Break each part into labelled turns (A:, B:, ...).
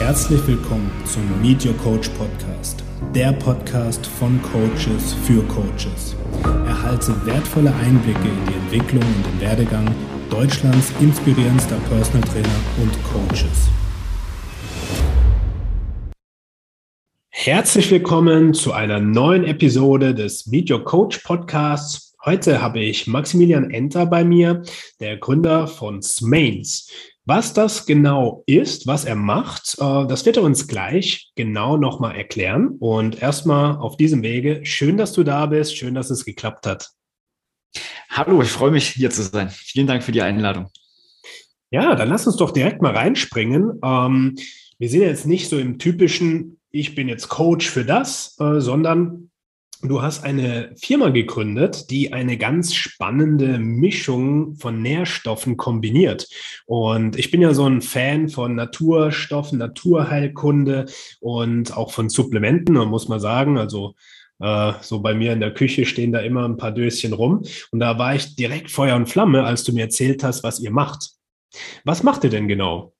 A: Herzlich willkommen zum Meet Your Coach Podcast, der Podcast von Coaches für Coaches. Erhalte wertvolle Einblicke in die Entwicklung und den Werdegang Deutschlands inspirierendster Personal Trainer und Coaches. Herzlich willkommen zu einer neuen Episode des Meet Your Coach Podcasts. Heute habe ich Maximilian Enter bei mir, der Gründer von Smains. Was das genau ist, was er macht, das wird er uns gleich genau nochmal erklären. Und erstmal auf diesem Wege, schön, dass du da bist, schön, dass es geklappt hat.
B: Hallo, ich freue mich, hier zu sein. Vielen Dank für die Einladung.
A: Ja, dann lass uns doch direkt mal reinspringen. Wir sind jetzt nicht so im typischen, ich bin jetzt Coach für das, sondern du hast eine Firma gegründet, die eine ganz spannende Mischung von Nährstoffen kombiniert. Und ich bin ja so ein Fan von Naturstoffen, Naturheilkunde und auch von Supplementen, muss man sagen. Also so bei mir in der Küche stehen da immer ein paar Döschen rum. Und da war ich direkt Feuer und Flamme, als du mir erzählt hast, was ihr macht. Was macht ihr denn genau?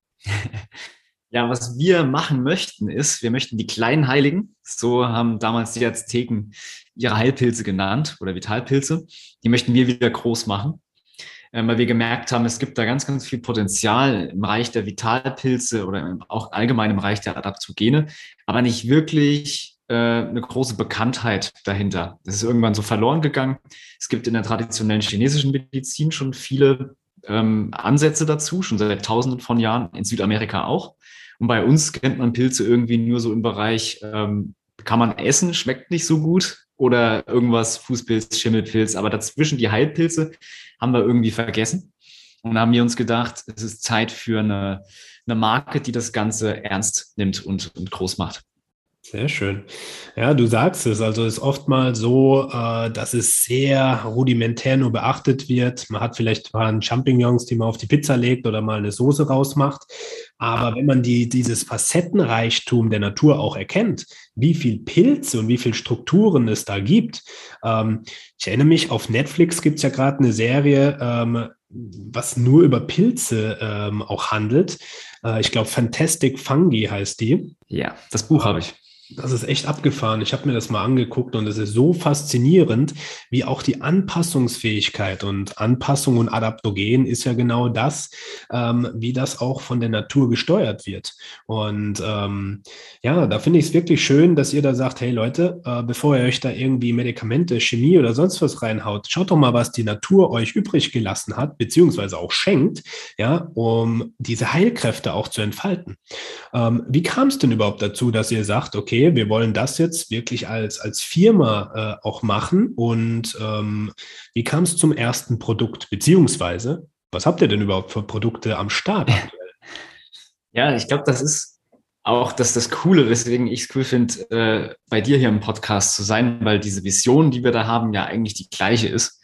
B: Ja, was wir machen möchten ist, wir möchten die kleinen Heiligen, so haben damals die Azteken ihre Heilpilze genannt oder Vitalpilze, die möchten wir wieder groß machen, weil wir gemerkt haben, es gibt da ganz, ganz viel Potenzial im Bereich der Vitalpilze oder auch allgemein im Bereich der Adaptogene, aber nicht wirklich eine große Bekanntheit dahinter. Das ist irgendwann so verloren gegangen. Es gibt in der traditionellen chinesischen Medizin schon viele Ansätze dazu, schon seit Tausenden von Jahren, in Südamerika auch. Und bei uns kennt man Pilze irgendwie nur so im Bereich, kann man essen, schmeckt nicht so gut oder irgendwas, Fußpilz, Schimmelpilz. Aber dazwischen die Heilpilze haben wir irgendwie vergessen. Und da haben wir uns gedacht, es ist Zeit für eine Marke, die das Ganze ernst nimmt und groß macht.
A: Sehr schön. Ja, du sagst es. Also ist oftmals so, dass es sehr rudimentär nur beachtet wird. Man hat vielleicht mal einen Champignons, die man auf die Pizza legt oder mal eine Soße rausmacht. Aber wenn man dieses Facettenreichtum der Natur auch erkennt, wie viel Pilze und wie viel Strukturen es da gibt. Ich erinnere mich, auf Netflix gibt es ja gerade eine Serie, was nur über Pilze auch handelt. Ich glaube, Fantastic Fungi heißt die.
B: Ja, das Buch habe ich.
A: Das ist echt abgefahren. Ich habe mir das mal angeguckt und es ist so faszinierend, wie auch die Anpassungsfähigkeit und Anpassung und Adaptogen ist ja genau das, wie das auch von der Natur gesteuert wird. Und ja, da finde ich es wirklich schön, dass ihr da sagt, hey Leute, bevor ihr euch da irgendwie Medikamente, Chemie oder sonst was reinhaut, schaut doch mal, was die Natur euch übrig gelassen hat, beziehungsweise auch schenkt, ja, um diese Heilkräfte auch zu entfalten. Wie kam es denn überhaupt dazu, dass ihr sagt, okay, wir wollen das jetzt wirklich als Firma auch machen und wie kam es zum ersten Produkt, beziehungsweise was habt ihr denn überhaupt für Produkte am Start aktuell?
B: Ja, ich glaube, das ist auch das Coole, weswegen ich es cool finde, bei dir hier im Podcast zu sein, weil diese Vision, die wir da haben, ja eigentlich die gleiche ist.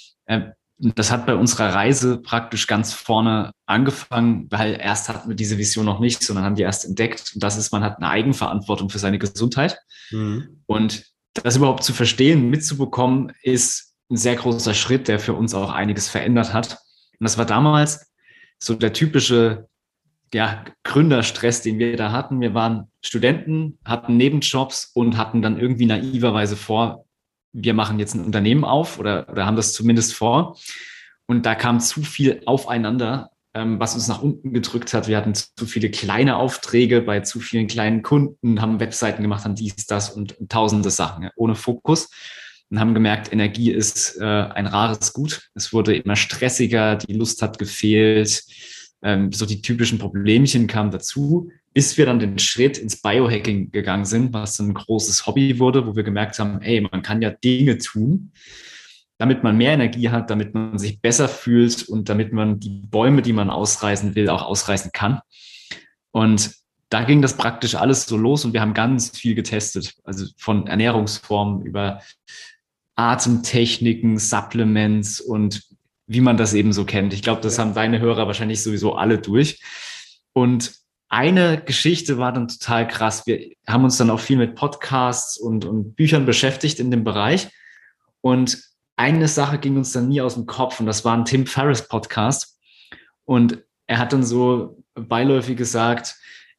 B: Das hat bei unserer Reise praktisch ganz vorne angefangen, weil erst hatten wir diese Vision noch nicht, sondern haben die erst entdeckt. Und das ist, man hat eine Eigenverantwortung für seine Gesundheit.
A: Mhm.
B: Und das überhaupt zu verstehen, mitzubekommen, ist ein sehr großer Schritt, der für uns auch einiges verändert hat. Und das war damals so der typische Gründerstress, den wir da hatten. Wir waren Studenten, hatten Nebenjobs und hatten dann irgendwie naiverweise vor, wir machen jetzt ein Unternehmen auf oder haben das zumindest vor. Und da kam zu viel aufeinander, was uns nach unten gedrückt hat. Wir hatten zu viele kleine Aufträge bei zu vielen kleinen Kunden, haben Webseiten gemacht, haben dies, das und tausende Sachen, ja, ohne Fokus. Und haben gemerkt, Energie ist ein rares Gut. Es wurde immer stressiger, die Lust hat gefehlt. So die typischen Problemchen kamen dazu, bis wir dann den Schritt ins Biohacking gegangen sind, was ein großes Hobby wurde, wo wir gemerkt haben, ey, man kann ja Dinge tun, damit man mehr Energie hat, damit man sich besser fühlt und damit man die Bäume, die man ausreißen will, auch ausreißen kann. Und da ging das praktisch alles so los und wir haben ganz viel getestet, also von Ernährungsformen über Atemtechniken, Supplements und wie man das eben so kennt. Ich glaube, das haben deine Hörer wahrscheinlich sowieso alle durch. Und eine Geschichte war dann total krass. Wir haben uns dann auch viel mit Podcasts und Büchern beschäftigt in dem Bereich. Und eine Sache ging uns dann nie aus dem Kopf und das war ein Tim Ferriss Podcast. Und er hat dann so beiläufig gesagt,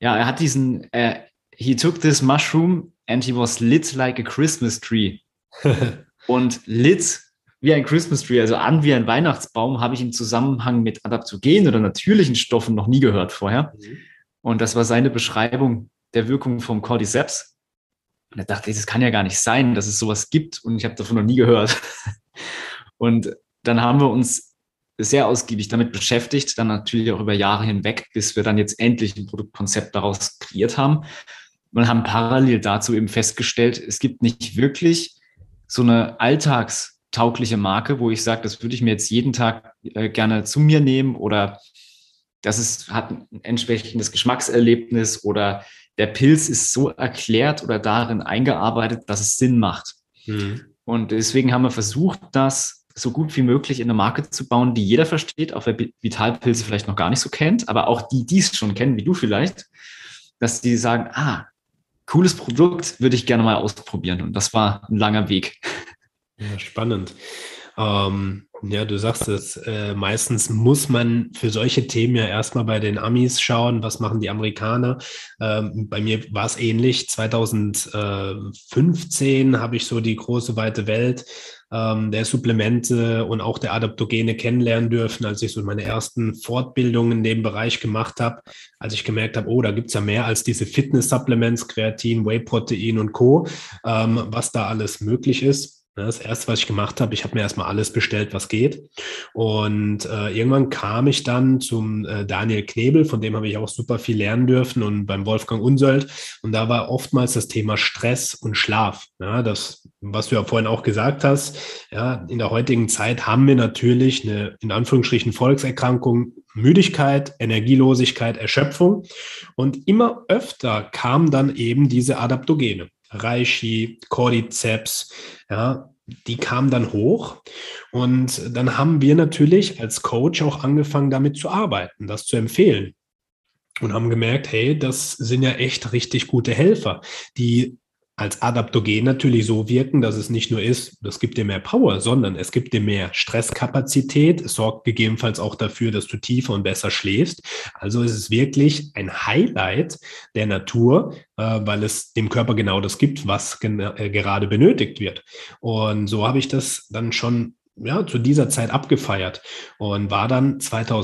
B: Ja, er hat he took this mushroom and he was lit like a Christmas tree. Und lit wie ein Christmas Tree, also an wie ein Weihnachtsbaum, habe ich im Zusammenhang mit Adaptogenen oder natürlichen Stoffen noch nie gehört vorher. Und das war seine Beschreibung der Wirkung vom Cordyceps. Und da dachte ich, das kann ja gar nicht sein, dass es sowas gibt. Und ich habe davon noch nie gehört. Und dann haben wir uns sehr ausgiebig damit beschäftigt, dann natürlich auch über Jahre hinweg, bis wir dann jetzt endlich ein Produktkonzept daraus kreiert haben. Und haben parallel dazu eben festgestellt, es gibt nicht wirklich so eine alltagstaugliche Marke, wo ich sage, das würde ich mir jetzt jeden Tag gerne zu mir nehmen oder hat ein entsprechendes Geschmackserlebnis oder der Pilz ist so erklärt oder darin eingearbeitet, dass es Sinn macht. Und deswegen haben wir versucht, das so gut wie möglich in eine Marke zu bauen, die jeder versteht, auch wer Vitalpilze vielleicht noch gar nicht so kennt, aber auch die es schon kennen, wie du vielleicht, dass die sagen, cooles Produkt, würde ich gerne mal ausprobieren. Und das war ein langer Weg.
A: Ja, spannend. Ja, du sagst es, meistens muss man für solche Themen ja erstmal bei den Amis schauen, was machen die Amerikaner. Bei mir war es ähnlich. 2015 habe ich so die große weite Welt der Supplemente und auch der Adaptogene kennenlernen dürfen, als ich so meine ersten Fortbildungen in dem Bereich gemacht habe, als ich gemerkt habe, da gibt es ja mehr als diese Fitness-Supplements, Kreatin, Whey-Protein und Co., was da alles möglich ist. Das erste, was ich gemacht habe, ich habe mir erstmal alles bestellt, was geht. Und irgendwann kam ich dann zum Daniel Knebel, von dem habe ich auch super viel lernen dürfen, und beim Wolfgang Unsöld. Und da war oftmals das Thema Stress und Schlaf. Ja, das, was du ja vorhin auch gesagt hast, ja, in der heutigen Zeit haben wir natürlich eine, in Anführungsstrichen, Volkserkrankung, Müdigkeit, Energielosigkeit, Erschöpfung. Und immer öfter kamen dann eben diese Adaptogene. Reishi, Cordyceps, ja, die kamen dann hoch, und dann haben wir natürlich als Coach auch angefangen, damit zu arbeiten, das zu empfehlen, und haben gemerkt, hey, das sind ja echt richtig gute Helfer, die als Adaptogen natürlich so wirken, dass es nicht nur ist, das gibt dir mehr Power, sondern es gibt dir mehr Stresskapazität. Es sorgt gegebenenfalls auch dafür, dass du tiefer und besser schläfst. Also es ist wirklich ein Highlight der Natur, weil es dem Körper genau das gibt, was gerade benötigt wird. Und so habe ich das dann schon zu dieser Zeit abgefeiert und war dann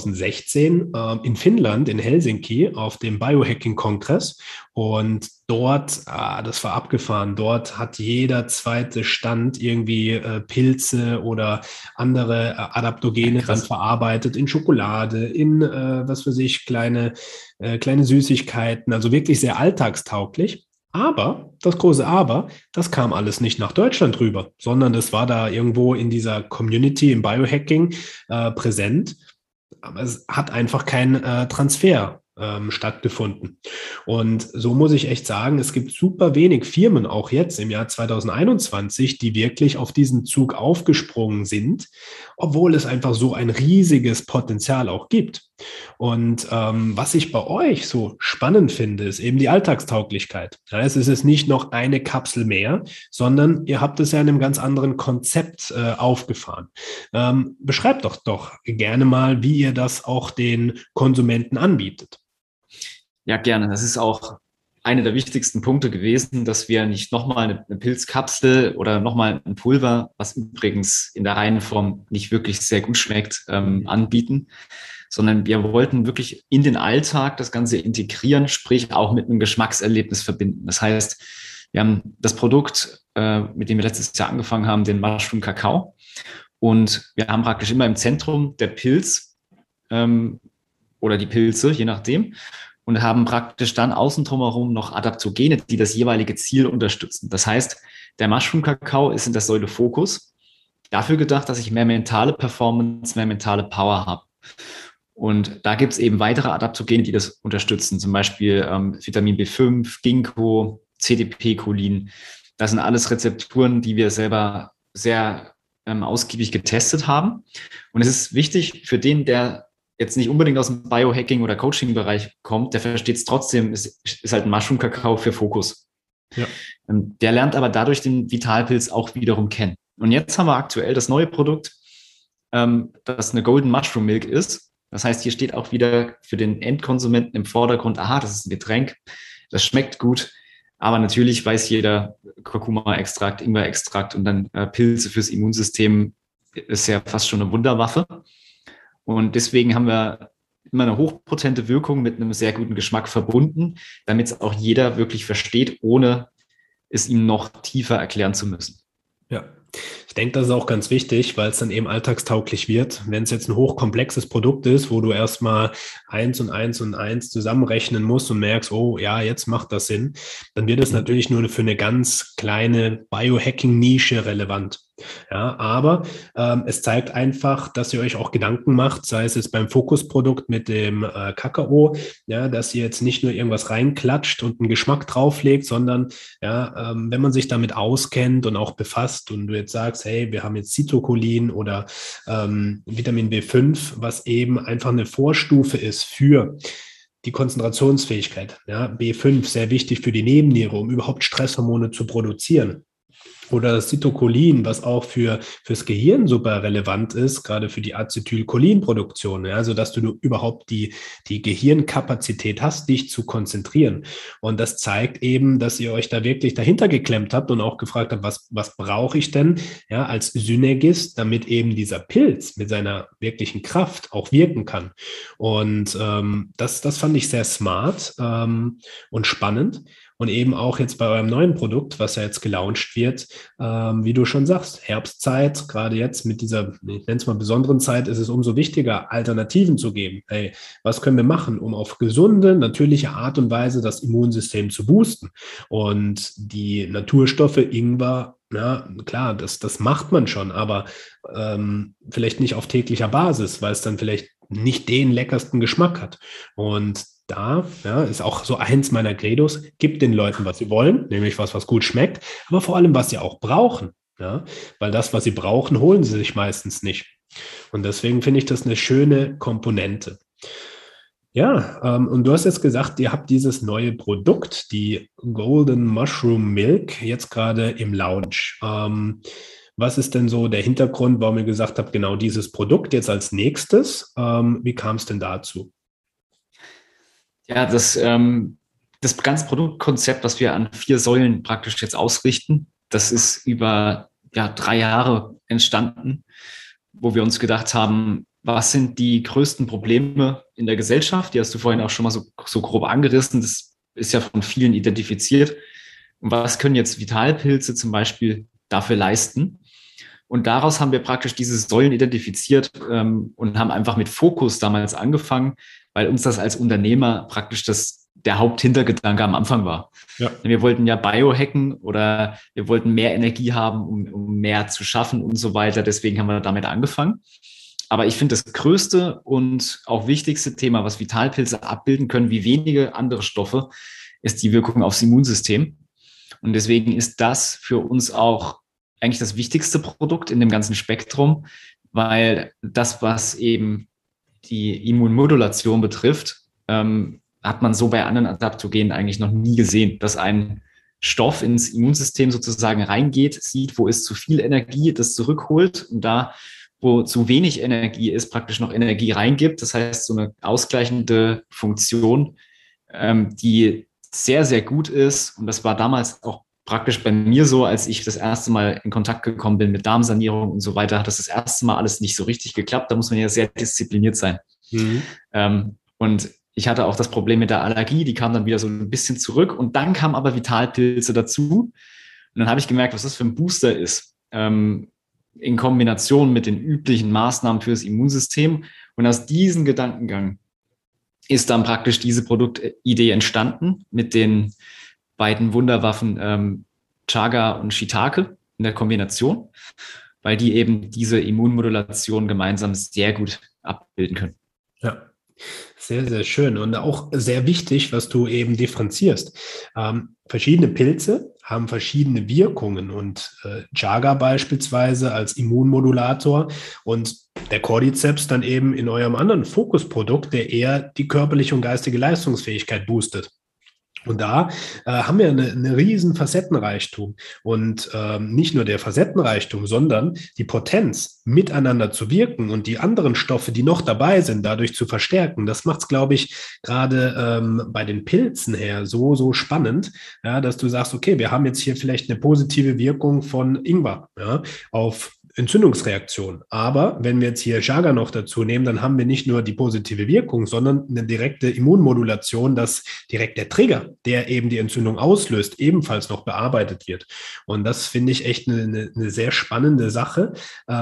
A: 2016 in Finnland, in Helsinki, auf dem Biohacking-Kongress, und dort, das war abgefahren, dort hat jeder zweite Stand irgendwie Pilze oder andere Adaptogene dann verarbeitet in Schokolade, in, was weiß ich, kleine Süßigkeiten, also wirklich sehr alltagstauglich. Aber, das große Aber, das kam alles nicht nach Deutschland rüber, sondern das war da irgendwo in dieser Community im Biohacking präsent. Aber es hat einfach kein Transfer stattgefunden. Und so muss ich echt sagen, es gibt super wenig Firmen, auch jetzt im Jahr 2021, die wirklich auf diesen Zug aufgesprungen sind, obwohl es einfach so ein riesiges Potenzial auch gibt. Und was ich bei euch so spannend finde, ist eben die Alltagstauglichkeit. Ja, es ist nicht noch eine Kapsel mehr, sondern ihr habt es ja in einem ganz anderen Konzept aufgefahren. Beschreibt doch gerne mal, wie ihr das auch den Konsumenten anbietet.
B: Ja, gerne. Das ist auch einer der wichtigsten Punkte gewesen, dass wir nicht nochmal eine Pilzkapsel oder nochmal ein Pulver, was übrigens in der reinen Form nicht wirklich sehr gut schmeckt, anbieten, sondern wir wollten wirklich in den Alltag das Ganze integrieren, sprich auch mit einem Geschmackserlebnis verbinden. Das heißt, wir haben das Produkt, mit dem wir letztes Jahr angefangen haben, den Mushroom Kakao, und wir haben praktisch immer im Zentrum der Pilz oder die Pilze, je nachdem, und haben praktisch dann außen drumherum noch Adaptogene, die das jeweilige Ziel unterstützen. Das heißt, der Mushroom-Kakao ist in der Säule Fokus dafür gedacht, dass ich mehr mentale Performance, mehr mentale Power habe. Und da gibt es eben weitere Adaptogene, die das unterstützen, zum Beispiel Vitamin B5, Ginkgo, CDP-Cholin. Das sind alles Rezepturen, die wir selber sehr ausgiebig getestet haben. Und es ist wichtig für den, der jetzt nicht unbedingt aus dem Biohacking- oder Coaching-Bereich kommt, der versteht es trotzdem, ist halt ein Mushroom-Kakao für Fokus. Ja. Der lernt aber dadurch den Vitalpilz auch wiederum kennen. Und jetzt haben wir aktuell das neue Produkt, das eine Golden Mushroom Milk ist. Das heißt, hier steht auch wieder für den Endkonsumenten im Vordergrund, aha, das ist ein Getränk, das schmeckt gut, aber natürlich weiß jeder, Kurkuma-Extrakt, Ingwer-Extrakt und dann Pilze fürs Immunsystem ist ja fast schon eine Wunderwaffe. Und deswegen haben wir immer eine hochpotente Wirkung mit einem sehr guten Geschmack verbunden, damit es auch jeder wirklich versteht, ohne es ihm noch tiefer erklären zu müssen.
A: Ja, ich denke, das ist auch ganz wichtig, weil es dann eben alltagstauglich wird. Wenn es jetzt ein hochkomplexes Produkt ist, wo du erstmal eins und eins und eins zusammenrechnen musst und merkst, oh ja, jetzt macht das Sinn, dann wird es natürlich nur für eine ganz kleine Biohacking-Nische relevant. Ja, aber es zeigt einfach, dass ihr euch auch Gedanken macht, sei es jetzt beim Fokusprodukt mit dem Kakao, ja, dass ihr jetzt nicht nur irgendwas reinklatscht und einen Geschmack drauflegt, sondern ja, wenn man sich damit auskennt und auch befasst und du jetzt sagst, hey, wir haben jetzt Citocolin oder Vitamin B5, was eben einfach eine Vorstufe ist für die Konzentrationsfähigkeit. Ja, B5 sehr wichtig für die Nebenniere, um überhaupt Stresshormone zu produzieren. Oder das Citocolin, was auch fürs Gehirn super relevant ist, gerade für die Acetylcholinproduktion, ja, also dass du überhaupt die Gehirnkapazität hast, dich zu konzentrieren. Und das zeigt eben, dass ihr euch da wirklich dahinter geklemmt habt und auch gefragt habt, was brauche ich denn, ja, als Synergist, damit eben dieser Pilz mit seiner wirklichen Kraft auch wirken kann. Und das fand ich sehr smart und spannend. Und eben auch jetzt bei eurem neuen Produkt, was ja jetzt gelauncht wird, wie du schon sagst, Herbstzeit, gerade jetzt mit dieser, ich nenne es mal besonderen Zeit, ist es umso wichtiger, Alternativen zu geben. Hey, was können wir machen, um auf gesunde, natürliche Art und Weise das Immunsystem zu boosten? Und die Naturstoffe Ingwer, ja, klar, das macht man schon, aber vielleicht nicht auf täglicher Basis, weil es dann vielleicht nicht den leckersten Geschmack hat. Und da, ja, ist auch so eins meiner Credos, gibt den Leuten, was sie wollen, nämlich was gut schmeckt, aber vor allem, was sie auch brauchen. Ja, weil das, was sie brauchen, holen sie sich meistens nicht. Und deswegen finde ich das eine schöne Komponente. Ja, und du hast jetzt gesagt, ihr habt dieses neue Produkt, die Golden Mushroom Milk, jetzt gerade im Launch. Was ist denn so der Hintergrund, warum ihr gesagt habt, genau dieses Produkt jetzt als nächstes? Wie kam es denn dazu?
B: Ja, das ganze Produktkonzept, was wir an 4 Säulen praktisch jetzt ausrichten, das ist über 3 Jahre entstanden, wo wir uns gedacht haben, was sind die größten Probleme in der Gesellschaft? Die hast du vorhin auch schon mal so grob angerissen. Das ist ja von vielen identifiziert. Und was können jetzt Vitalpilze zum Beispiel dafür leisten? Und daraus haben wir praktisch diese Säulen identifiziert und haben einfach mit Fokus damals angefangen, weil uns das als Unternehmer praktisch der Haupthintergedanke am Anfang war. Ja. Wir wollten ja Biohacken oder wir wollten mehr Energie haben, um mehr zu schaffen und so weiter. Deswegen haben wir damit angefangen. Aber ich finde, das größte und auch wichtigste Thema, was Vitalpilze abbilden können, wie wenige andere Stoffe, ist die Wirkung aufs Immunsystem. Und deswegen ist das für uns auch eigentlich das wichtigste Produkt in dem ganzen Spektrum, weil das, was eben die Immunmodulation betrifft, hat man so bei anderen Adaptogenen eigentlich noch nie gesehen, dass ein Stoff ins Immunsystem sozusagen reingeht, sieht, wo ist zu viel Energie, das zurückholt und da, wo zu wenig Energie ist, praktisch noch Energie reingibt. Das heißt, so eine ausgleichende Funktion, die sehr, sehr gut ist. Und das war damals auch praktisch bei mir so, als ich das erste Mal in Kontakt gekommen bin mit Darmsanierung und so weiter, hat das erste Mal alles nicht so richtig geklappt. Da muss man ja sehr diszipliniert sein. Mhm. Und ich hatte auch das Problem mit der Allergie, die kam dann wieder so ein bisschen zurück. Und dann kamen aber Vitalpilze dazu. Und dann habe ich gemerkt, was das für ein Booster ist. In Kombination mit den üblichen Maßnahmen fürs Immunsystem. Und aus diesem Gedankengang ist dann praktisch diese Produktidee entstanden mit den beiden Wunderwaffen Chaga und Shiitake in der Kombination, weil die eben diese Immunmodulation gemeinsam sehr gut abbilden können.
A: Ja. Sehr, sehr schön und auch sehr wichtig, was du eben differenzierst. Verschiedene Pilze haben verschiedene Wirkungen und Chaga beispielsweise als Immunmodulator und der Cordyceps dann eben in eurem anderen Fokusprodukt, der eher die körperliche und geistige Leistungsfähigkeit boostet. Und da haben wir eine riesen Facettenreichtum. Und nicht nur der Facettenreichtum, sondern die Potenz, miteinander zu wirken und die anderen Stoffe, die noch dabei sind, dadurch zu verstärken. Das macht es, glaube ich, gerade bei den Pilzen her so spannend, ja, dass du sagst, okay, wir haben jetzt hier vielleicht eine positive Wirkung von Ingwer, ja, auf Entzündungsreaktion. Aber wenn wir jetzt hier Chaga noch dazu nehmen, dann haben wir nicht nur die positive Wirkung, sondern eine direkte Immunmodulation, dass direkt der Trigger, der eben die Entzündung auslöst, ebenfalls noch bearbeitet wird. Und das finde ich echt eine sehr spannende Sache,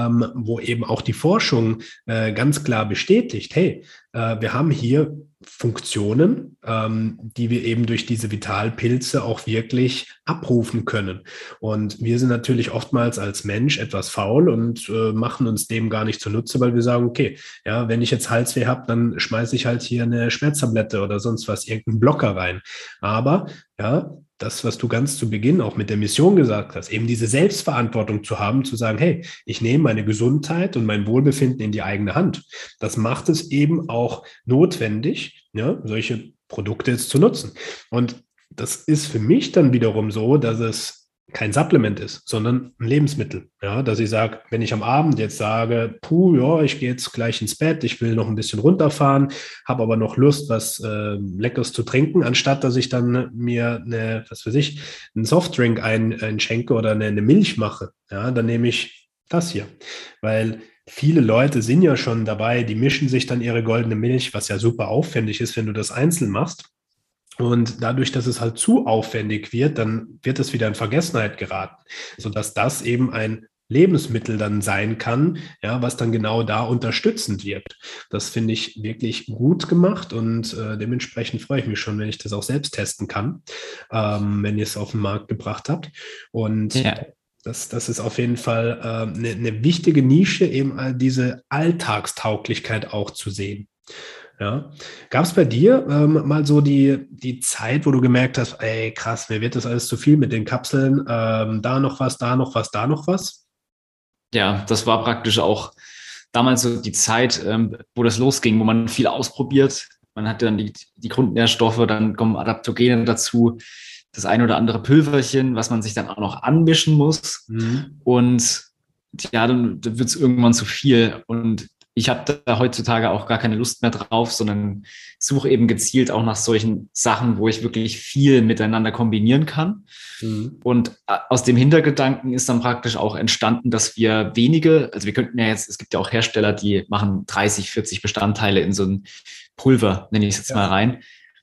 A: wo eben auch die Forschung ganz klar bestätigt, hey, wir haben hier Funktionen, die wir eben durch diese Vitalpilze auch wirklich abrufen können. Und wir sind natürlich oftmals als Mensch etwas faul und machen uns dem gar nicht zunutze, weil wir sagen, okay, ja, wenn ich jetzt Halsweh habe, dann schmeiße ich halt hier eine Schmerztablette oder sonst was, irgendeinen Blocker rein. Aber ja, das, was du ganz zu Beginn auch mit der Mission gesagt hast, eben diese Selbstverantwortung zu haben, zu sagen, hey, ich nehme meine Gesundheit und mein Wohlbefinden in die eigene Hand. Das macht es eben auch notwendig, ja, solche Produkte jetzt zu nutzen. Und das ist für mich dann wiederum so, dass es kein Supplement ist, sondern ein Lebensmittel. Ja, dass ich sage, wenn ich am Abend jetzt sage, puh, ja, ich gehe jetzt gleich ins Bett, ich will noch ein bisschen runterfahren, habe aber noch Lust, was Leckeres zu trinken, anstatt dass ich dann mir was weiß ich, einen Softdrink einschenke oder eine Milch mache. Ja, dann nehme ich das hier, weil viele Leute sind ja schon dabei, die mischen sich dann ihre goldene Milch, was ja super aufwendig ist, wenn du das einzeln machst. Und dadurch, dass es halt zu aufwendig wird, dann wird es wieder in Vergessenheit geraten, sodass das eben ein Lebensmittel dann sein kann, ja, was dann genau da unterstützend wirkt. Das finde ich wirklich gut gemacht und dementsprechend freue ich mich schon, wenn ich das auch selbst testen kann, wenn ihr es auf den Markt gebracht habt. Und ja. Das ist auf jeden Fall eine wichtige Nische, eben diese Alltagstauglichkeit auch zu sehen. Ja. Gab es bei dir mal so die Zeit, wo du gemerkt hast, ey, krass, mir wird das alles zu viel mit den Kapseln, da noch was, da noch was, da noch was?
B: Ja, das war praktisch auch damals so die Zeit, wo das losging, wo man viel ausprobiert. Man hat dann die Grundnährstoffe, dann kommen Adaptogene dazu, das ein oder andere Pülverchen, was man sich dann auch noch anmischen muss. Mhm. Und ja, dann wird es irgendwann zu viel. Und ich habe da heutzutage auch gar keine Lust mehr drauf, sondern suche eben gezielt auch nach solchen Sachen, wo ich wirklich viel miteinander kombinieren kann. Mhm. Und aus dem Hintergedanken ist dann praktisch auch entstanden, dass wir also wir könnten ja jetzt, es gibt ja auch Hersteller, die machen 30, 40 Bestandteile in so ein Pulver, nenne ich es jetzt mal rein.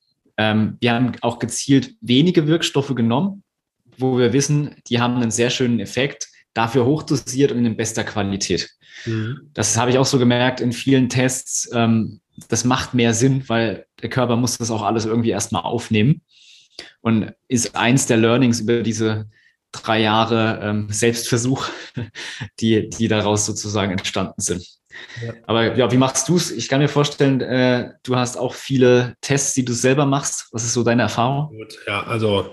B: Wir haben auch gezielt wenige Wirkstoffe genommen, wo wir wissen, die haben einen sehr schönen Effekt, dafür hochdosiert und in bester Qualität. Mhm. Das habe ich auch so gemerkt in vielen Tests. Das macht mehr Sinn, weil der Körper muss das auch alles irgendwie erstmal aufnehmen und ist eins der Learnings über diese 3 Jahre Selbstversuch, die daraus sozusagen entstanden sind. Ja. Aber ja, wie machst du es? Ich kann mir vorstellen, du hast auch viele Tests, die du selber machst. Was ist so deine Erfahrung?
A: Gut, ja, also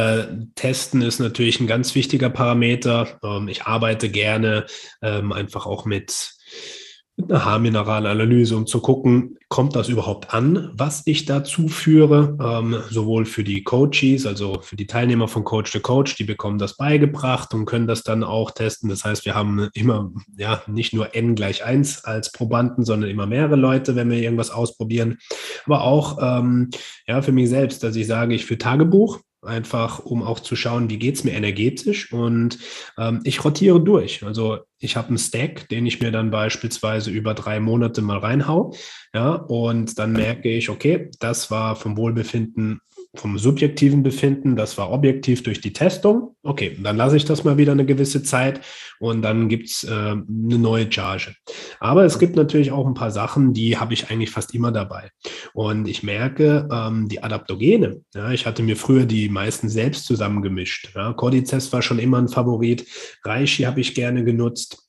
A: Testen ist natürlich ein ganz wichtiger Parameter. Ich arbeite gerne einfach auch mit einer Haarmineralanalyse, um zu gucken, kommt das überhaupt an, was ich da zuführe, sowohl für die Coaches, also für die Teilnehmer von Coach to Coach, die bekommen das beigebracht und können das dann auch testen. Das heißt, wir haben immer, ja, nicht nur N=1 als Probanden, sondern immer mehrere Leute, wenn wir irgendwas ausprobieren. Aber auch, ja, für mich selbst, dass ich sage, ich führe Tagebuch, einfach um auch zu schauen, wie geht es mir energetisch, und ich rotiere durch. Also ich habe einen Stack, den ich mir dann beispielsweise über 3 Monate mal reinhau, ja, und dann merke ich, okay, das war vom Wohlbefinden, vom subjektiven Befinden, das war objektiv durch die Testung. Okay, dann lasse ich das mal wieder eine gewisse Zeit und dann gibt es eine neue Charge. Aber es gibt natürlich auch ein paar Sachen, die habe ich eigentlich fast immer dabei. Und ich merke, die Adaptogene, ja, ich hatte mir früher die meisten selbst zusammengemischt. Ja, Cordyceps war schon immer ein Favorit, Reishi habe ich gerne genutzt,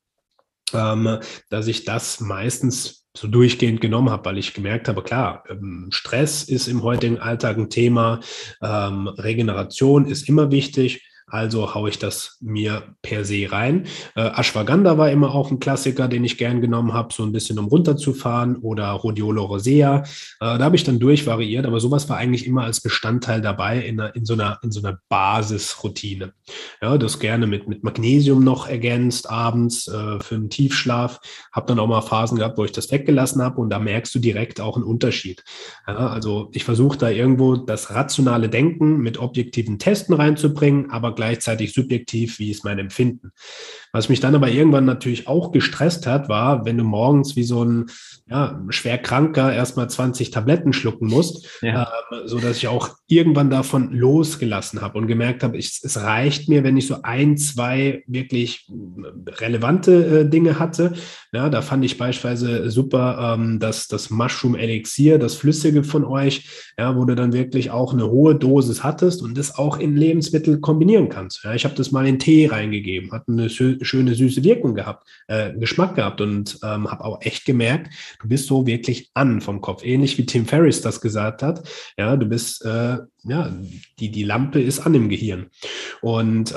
A: dass ich das meistens so durchgehend genommen habe, weil ich gemerkt habe, klar, Stress ist im heutigen Alltag ein Thema, Regeneration ist immer wichtig, Also haue ich das mir per se rein. Ashwagandha war immer auch ein Klassiker, den ich gern genommen habe, so ein bisschen um runterzufahren, oder Rhodiola rosea. Da habe ich dann durchvariiert, aber sowas war eigentlich immer als Bestandteil dabei in so einer Basisroutine. Ja, das gerne mit Magnesium noch ergänzt abends für einen Tiefschlaf. Habe dann auch mal Phasen gehabt, wo ich das weggelassen habe, und da merkst du direkt auch einen Unterschied. Ja, also ich versuche da irgendwo das rationale Denken mit objektiven Testen reinzubringen, aber gleichzeitig subjektiv, wie ist mein Empfinden. Was mich dann aber irgendwann natürlich auch gestresst hat, war, wenn du morgens wie so ein Schwerkranker erstmal 20 Tabletten schlucken musst,
B: Ja,
A: so dass ich auch irgendwann davon losgelassen habe und gemerkt habe, es reicht mir, wenn ich so ein, zwei wirklich relevante Dinge hatte. Ja, da fand ich beispielsweise super das Mushroom Elixier, das Flüssige von euch, ja, wo du dann wirklich auch eine hohe Dosis hattest und das auch in Lebensmittel kombinieren kannst. Ja, ich habe das mal in Tee reingegeben, hat eine schöne süße Wirkung gehabt, Geschmack gehabt, und habe auch echt gemerkt, du bist so wirklich an vom Kopf. Ähnlich wie Tim Ferriss das gesagt hat. Ja, du bist, die Lampe ist an im Gehirn. Und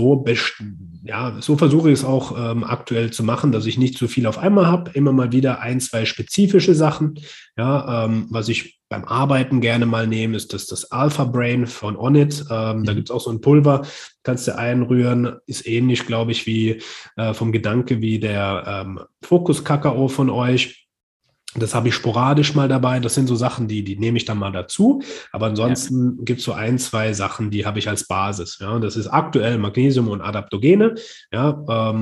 A: so versuche ich es auch aktuell zu machen, dass ich nicht zu viel auf einmal habe, immer mal wieder ein, zwei spezifische Sachen. Ja, was ich beim Arbeiten gerne mal nehme, ist das Alpha Brain von Onnit. Da gibt es auch so ein Pulver, kannst du einrühren, ist ähnlich, glaube ich, wie vom Gedanke wie der Fokus-Kakao von euch. Das habe ich sporadisch mal dabei. Das sind so Sachen, die nehme ich dann mal dazu. Aber
B: ja.
A: ansonsten gibt es so ein, zwei Sachen, die habe ich als Basis. Ja, das ist aktuell Magnesium und Adaptogene. Ja,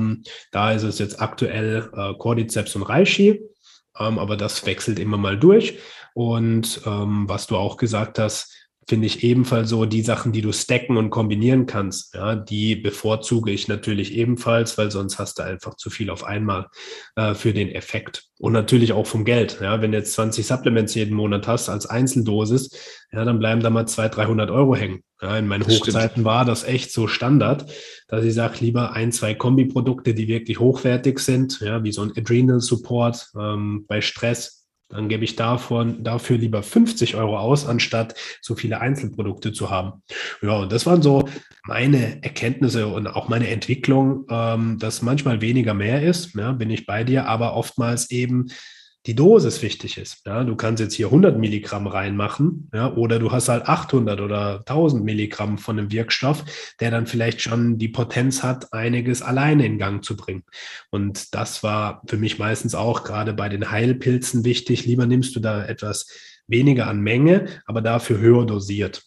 A: da ist es jetzt aktuell Cordyceps und Reishi. Aber das wechselt immer mal durch. Und was du auch gesagt hast, finde ich ebenfalls so, die Sachen, die du stacken und kombinieren kannst, ja, die bevorzuge ich natürlich ebenfalls, weil sonst hast du einfach zu viel auf einmal für den Effekt. Und natürlich auch vom Geld. Ja, wenn du jetzt 20 Supplements jeden Monat hast als Einzeldosis, ja, dann bleiben da mal 200, 300 Euro hängen. Ja, in meinen
B: Das stimmt.
A: Hochzeiten war das echt so Standard, dass ich sage, lieber ein, zwei Kombiprodukte, die wirklich hochwertig sind, ja, wie so ein Adrenal Support bei Stress. Dann gebe ich dafür lieber 50 Euro aus, anstatt so viele Einzelprodukte zu haben. Ja, und das waren so meine Erkenntnisse und auch meine Entwicklung, dass manchmal weniger mehr ist, ja, bin ich bei dir, aber oftmals eben die Dosis wichtig ist. Ja, du kannst jetzt hier 100 Milligramm reinmachen, ja, oder du hast halt 800 oder 1000 Milligramm von einem Wirkstoff, der dann vielleicht schon die Potenz hat, einiges alleine in Gang zu bringen. Und das war für mich meistens auch gerade bei den Heilpilzen wichtig. Lieber nimmst du da etwas weniger an Menge, aber dafür höher dosiert.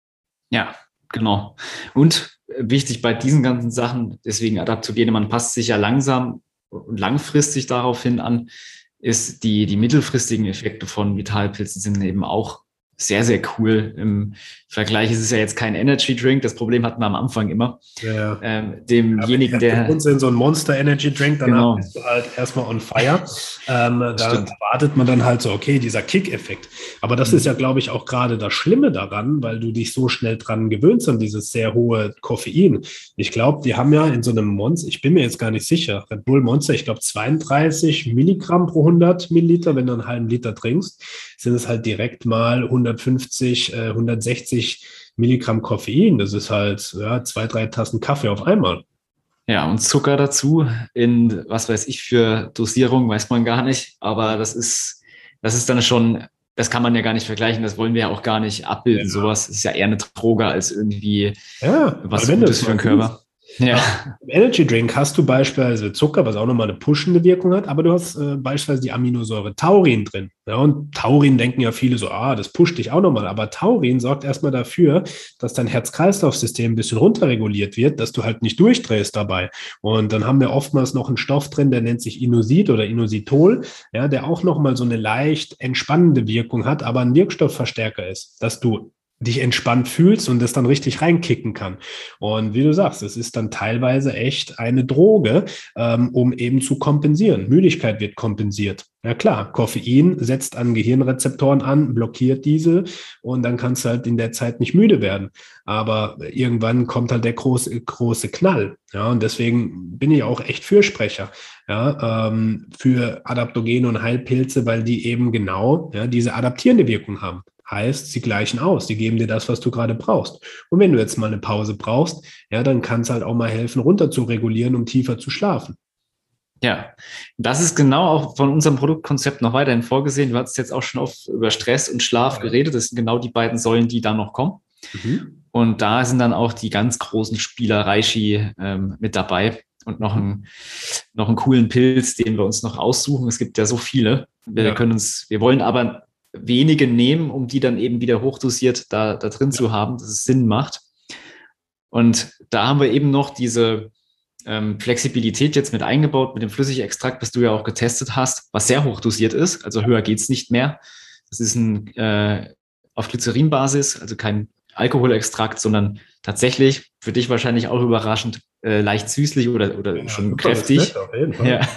B: Ja, genau. Und wichtig bei diesen ganzen Sachen, deswegen Adaptogene, man passt sich ja langsam und langfristig daraufhin an, ist die mittelfristigen Effekte von Vitalpilzen sind eben auch sehr, sehr cool. Im Vergleich ist es ja jetzt kein Energy Drink. Das Problem hatten wir am Anfang immer.
A: Ja. Wenn
B: Demjenigen,
A: die
B: der,
A: gewohnt sind, so ein Monster Energy Drink, danach
B: genau,
A: bist du halt erstmal on fire. Da
B: stimmt.
A: erwartet man dann halt so, okay, dieser Kick-Effekt. Aber das ist ja,
B: Mhm.
A: glaube ich, auch gerade das Schlimme daran, weil du dich so schnell dran gewöhnst an dieses sehr hohe Koffein. Ich glaube, die haben ja in so einem Monster, ich bin mir jetzt gar nicht sicher, Red Bull Monster, ich glaube 32 Milligramm pro 100 Milliliter, wenn du einen halben Liter trinkst, sind es halt direkt mal 150, 160 Milligramm Koffein. Das ist halt ja, 2, 3 Tassen Kaffee auf einmal.
B: Ja, und Zucker dazu in, was weiß ich, für Dosierung, weiß man gar nicht. Aber das ist dann schon, das kann man ja gar nicht vergleichen. Das wollen wir ja auch gar nicht abbilden.
A: Ja,
B: Sowas ist ja eher eine Droge als irgendwie
A: ja, weil
B: was
A: wenn du
B: Gutes
A: es
B: für den
A: mal siehst,
B: Körper. Ja,
A: im Energy Drink hast du beispielsweise Zucker, was auch nochmal eine pushende Wirkung hat, aber du hast beispielsweise die Aminosäure Taurin drin. Ja, und Taurin denken ja viele so, das pusht dich auch nochmal. Aber Taurin sorgt erstmal dafür, dass dein Herz-Kreislauf-System ein bisschen runterreguliert wird, dass du halt nicht durchdrehst dabei. Und dann haben wir oftmals noch einen Stoff drin, der nennt sich Inositol oder Inositol, ja, der auch nochmal so eine leicht entspannende Wirkung hat, aber ein Wirkstoffverstärker ist, dass du dich entspannt fühlst und das dann richtig reinkicken kann. Und wie du sagst, es ist dann teilweise echt eine Droge, um eben zu kompensieren. Müdigkeit wird kompensiert. Ja klar, Koffein setzt an Gehirnrezeptoren an, blockiert diese und dann kannst du halt in der Zeit nicht müde werden. Aber irgendwann kommt halt der große Knall. Ja, und deswegen bin ich auch echt Fürsprecher, ja, für Adaptogene und Heilpilze, weil die eben genau, ja, diese adaptierende Wirkung haben. Heißt, sie gleichen aus, die geben dir das, was du gerade brauchst. Und wenn du jetzt mal eine Pause brauchst, ja, dann kann es halt auch mal helfen, runter zu regulieren, um tiefer zu schlafen.
B: Ja, das ist genau auch von unserem Produktkonzept noch weiterhin vorgesehen. Du hast jetzt auch schon oft über Stress und Schlaf geredet. Das sind genau die beiden Säulen, die da noch kommen.
A: Mhm.
B: Und da sind dann auch die ganz großen Spieler Reishi mit dabei und noch einen coolen Pilz, den wir uns noch aussuchen. Es gibt ja so viele. Wir wollen aber wenige nehmen, um die dann eben wieder hochdosiert da drin zu haben, dass es Sinn macht. Und da haben wir eben noch diese Flexibilität jetzt mit eingebaut, mit dem Flüssigextrakt, was du ja auch getestet hast, was sehr hochdosiert ist. Also höher geht's nicht mehr. Das ist auf Glycerinbasis, also kein Alkoholextrakt, sondern tatsächlich, für dich wahrscheinlich auch überraschend, leicht süßlich oder schon kräftig.
A: Auf jeden Fall.
B: Ja.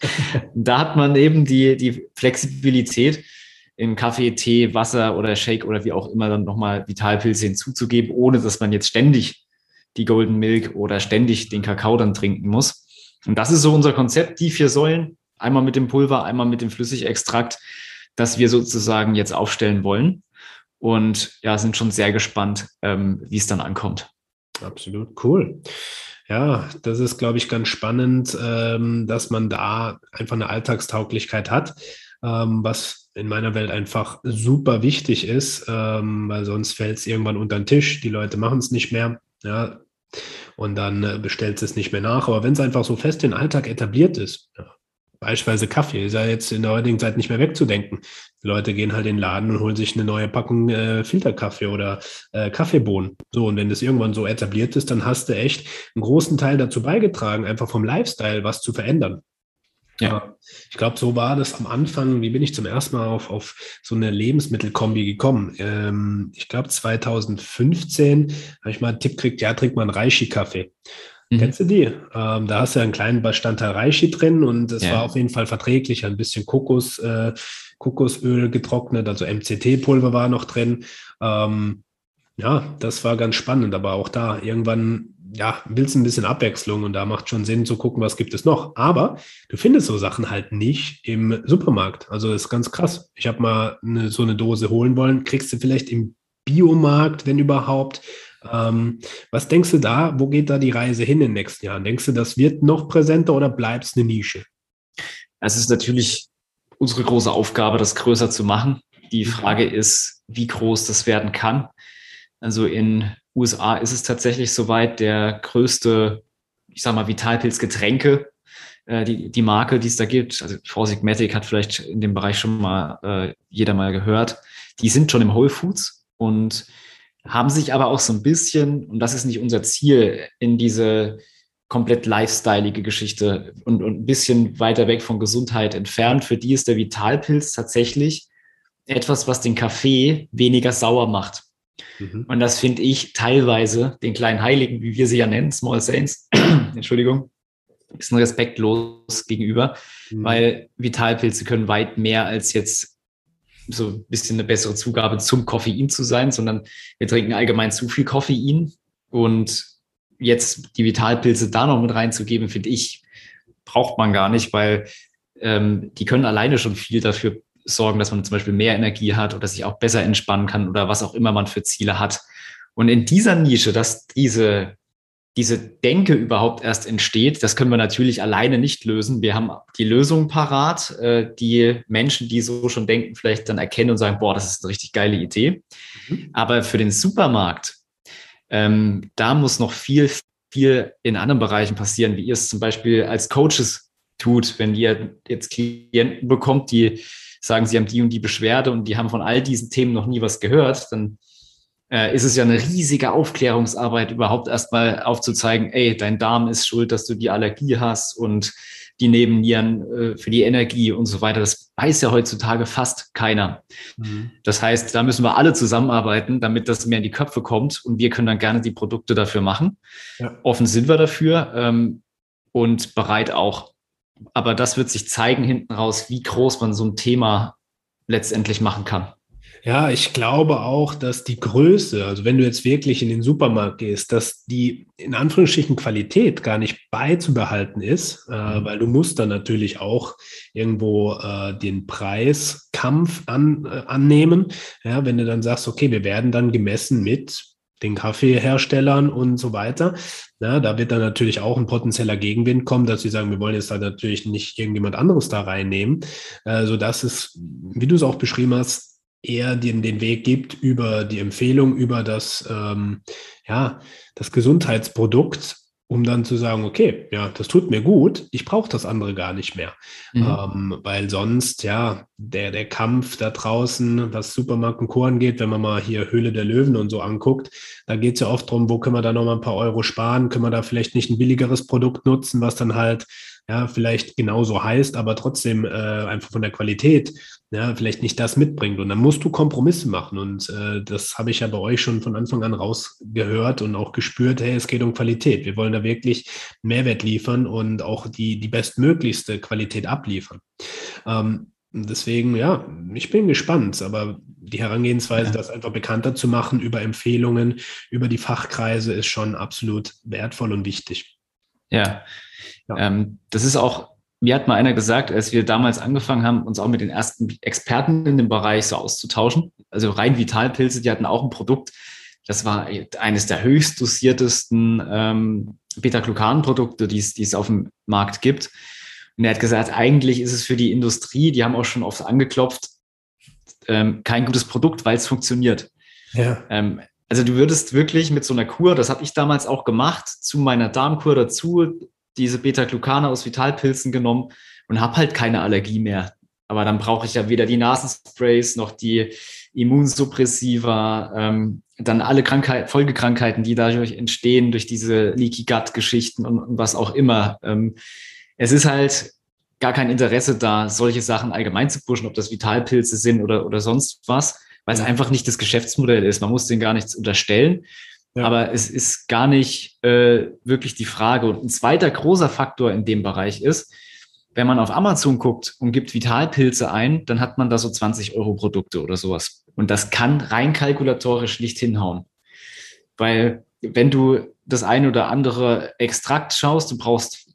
B: Da hat man eben die Flexibilität, in Kaffee, Tee, Wasser oder Shake oder wie auch immer dann nochmal Vitalpilze hinzuzugeben, ohne dass man jetzt ständig die Golden Milk oder ständig den Kakao dann trinken muss. Und das ist so unser Konzept, die 4 Säulen, einmal mit dem Pulver, einmal mit dem Flüssigextrakt, das wir sozusagen jetzt aufstellen wollen. Und ja, sind schon sehr gespannt, wie es dann ankommt.
A: Absolut cool. Ja, das ist, glaube ich, ganz spannend, dass man da einfach eine Alltagstauglichkeit hat, was in meiner Welt einfach super wichtig ist, weil sonst fällt es irgendwann unter den Tisch. Die Leute machen es nicht mehr. Ja, und dann bestellt es nicht mehr nach. Aber wenn es einfach so fest in den Alltag etabliert ist, ja, beispielsweise Kaffee, ist ja jetzt in der heutigen Zeit nicht mehr wegzudenken. Die Leute gehen halt in den Laden und holen sich eine neue Packung Filterkaffee oder Kaffeebohnen. So, und wenn das irgendwann so etabliert ist, dann hast du echt einen großen Teil dazu beigetragen, einfach vom Lifestyle was zu verändern. Ja. Ich glaube, so war das am Anfang. Wie bin ich zum ersten Mal auf so eine Lebensmittelkombi gekommen? Ich glaube, 2015 habe ich mal einen Tipp gekriegt, ja, trink mal einen Reishi-Kaffee. Kennst du die? Da hast du ja einen kleinen Bestandteil Reishi drin und es war auf jeden Fall verträglich. Ein bisschen Kokosöl getrocknet, also MCT-Pulver war noch drin. Ja, das war ganz spannend, aber auch da irgendwann, ja, willst du ein bisschen Abwechslung und da macht schon Sinn zu gucken, was gibt es noch. Aber du findest so Sachen halt nicht im Supermarkt. Also das ist ganz krass. Ich habe mal so eine Dose holen wollen, kriegst du vielleicht im Biomarkt, wenn überhaupt. Was denkst du da? Wo geht da die Reise hin in den nächsten Jahren? Denkst du, das wird noch präsenter oder bleibt es eine Nische?
B: Es ist natürlich unsere große Aufgabe, das größer zu machen. Die Frage ist, wie groß das werden kann. Also in USA ist es tatsächlich soweit der größte, ich sag mal, Vitalpilz-Getränke, die Marke, die es da gibt. Also Four Sigmatic hat vielleicht in dem Bereich schon mal jeder mal gehört. Die sind schon im Whole Foods und haben sich aber auch so ein bisschen, und das ist nicht unser Ziel, in diese komplett lifestyleige Geschichte und ein bisschen weiter weg von Gesundheit entfernt. Für die ist der Vitalpilz tatsächlich etwas, was den Kaffee weniger sauer macht. Und das finde ich teilweise den kleinen Heiligen, wie wir sie ja nennen, Small Saints, Entschuldigung, ist ein respektlos gegenüber, weil Vitalpilze können weit mehr als jetzt so ein bisschen eine bessere Zugabe zum Koffein zu sein, sondern wir trinken allgemein zu viel Koffein und jetzt die Vitalpilze da noch mit reinzugeben, finde ich, braucht man gar nicht, weil die können alleine schon viel dafür sorgen, dass man zum Beispiel mehr Energie hat oder sich auch besser entspannen kann oder was auch immer man für Ziele hat. Und in dieser Nische, dass diese Denke überhaupt erst entsteht, das können wir natürlich alleine nicht lösen. Wir haben die Lösung parat, die Menschen, die so schon denken, vielleicht dann erkennen und sagen, boah, das ist eine richtig geile Idee. Aber für den Supermarkt, da muss noch viel in anderen Bereichen passieren, wie ihr es zum Beispiel als Coaches tut, wenn ihr jetzt Klienten bekommt, die sagen, sie haben die und die Beschwerde und die haben von all diesen Themen noch nie was gehört, dann ist es ja eine riesige Aufklärungsarbeit, überhaupt erstmal aufzuzeigen, ey, dein Darm ist schuld, dass du die Allergie hast und die Nebennieren für die Energie und so weiter. Das weiß ja heutzutage fast keiner. Das heißt, da müssen wir alle zusammenarbeiten, damit das mehr in die Köpfe kommt und wir können dann gerne die Produkte dafür machen. Ja. Offen sind wir dafür und bereit auch. Aber das wird sich zeigen hinten raus, wie groß man so ein Thema letztendlich machen kann.
A: Ja, ich glaube auch, dass die Größe, also wenn du jetzt wirklich in den Supermarkt gehst, dass die in Anführungsstrichen Qualität gar nicht beizubehalten ist, weil du musst dann natürlich auch irgendwo den Preiskampf annehmen. Ja, wenn du dann sagst, okay, wir werden dann gemessen mit den Kaffeeherstellern und so weiter. Na, da wird dann natürlich auch ein potenzieller Gegenwind kommen, dass sie sagen, wir wollen jetzt halt natürlich nicht irgendjemand anderes da reinnehmen, sodass es, wie du es auch beschrieben hast, eher den Weg gibt über die Empfehlung, über ja, das Gesundheitsprodukt, um dann zu sagen, okay, ja, das tut mir gut, ich brauche das andere gar nicht mehr.
B: Mhm.
A: Weil sonst, ja, der Kampf da draußen, was Supermarkt und Co. angeht, wenn man mal hier Höhle der Löwen und so anguckt, da geht es ja oft darum, wo können wir da nochmal ein paar Euro sparen, können wir da vielleicht nicht ein billigeres Produkt nutzen, was dann halt ja, vielleicht genauso heißt, aber trotzdem einfach von der Qualität ja, vielleicht nicht das mitbringt. Und dann musst du Kompromisse machen. Und das habe ich ja bei euch schon von Anfang an rausgehört und auch gespürt, hey, es geht um Qualität. Wir wollen da wirklich Mehrwert liefern und auch die bestmöglichste Qualität abliefern. Deswegen, ja, ich bin gespannt, aber die Herangehensweise,
B: Ja.
A: das einfach bekannter zu machen über Empfehlungen, über die Fachkreise, ist schon absolut wertvoll und wichtig.
B: Ja,
A: Ja.
B: das ist auch, mir hat mal einer gesagt, als wir damals angefangen haben, uns auch mit den ersten Experten in dem Bereich so auszutauschen, also rein Vitalpilze, die hatten auch ein Produkt, das war eines der höchst dosiertesten Beta-Glucan-Produkte, die es auf dem Markt gibt. Und er hat gesagt, eigentlich ist es für die Industrie, die haben auch schon oft angeklopft, kein gutes Produkt, weil es funktioniert.
A: Ja.
B: Also du würdest wirklich mit so einer Kur, das habe ich damals auch gemacht, zu meiner Darmkur dazu, diese Beta-Glucane aus Vitalpilzen genommen und habe halt keine Allergie mehr. Aber dann brauche ich ja weder die Nasensprays noch die Immunsuppressiva, dann alle Folgekrankheiten, die dadurch entstehen, durch diese Leaky Gut-Geschichten und was auch immer. Es ist halt gar kein Interesse da, solche Sachen allgemein zu pushen, ob das Vitalpilze sind oder sonst was, weil es
A: Mhm.
B: einfach nicht das Geschäftsmodell ist. Man muss denen gar nichts unterstellen.
A: Ja.
B: Aber es ist gar nicht wirklich die Frage. Und ein zweiter großer Faktor in dem Bereich ist, wenn man auf Amazon guckt und gibt Vitalpilze ein, dann hat man da so 20 € Produkte oder sowas. Und das kann rein kalkulatorisch nicht hinhauen. Weil wenn du das eine oder andere Extrakt schaust, du brauchst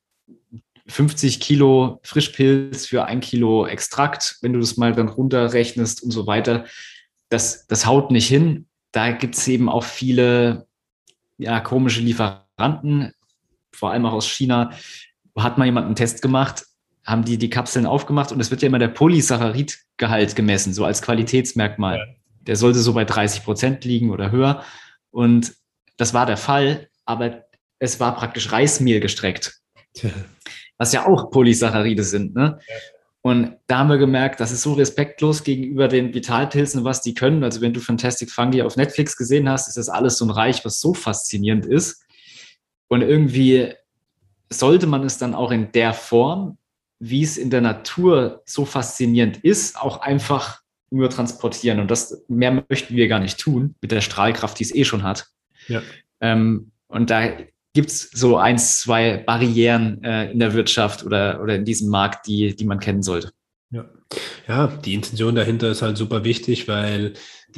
B: 50 Kilo Frischpilz für 1 Kilo Extrakt, wenn du das mal dann runterrechnest und so weiter, das haut nicht hin. Da gibt es eben auch viele ja, komische Lieferanten, vor allem auch aus China. Hat mal jemand einen Test gemacht, haben die Kapseln aufgemacht und es wird ja immer der Polysaccharidgehalt gemessen, so als
A: Ja.
B: Qualitätsmerkmal. Der sollte so bei 30% liegen oder höher. Und das war der Fall, aber es war praktisch Reismehl gestreckt, was ja auch Polysaccharide sind. Ne? Und da haben wir gemerkt, das ist so respektlos gegenüber den Vitalpilzen, was die können. Also wenn du Fantastic Fungi auf Netflix gesehen hast, ist das alles so ein Reich, was so faszinierend ist. Und irgendwie sollte man es dann auch in der Form, wie es in der Natur so faszinierend ist, auch einfach nur transportieren. Und das mehr möchten wir gar nicht tun mit der Strahlkraft, die es eh schon hat.
A: Ja.
B: Und da gibt es so 1, 2 Barrieren in der Wirtschaft oder in diesem Markt, die man kennen sollte.
A: Ja. Ja, die Intention dahinter ist halt super wichtig, weil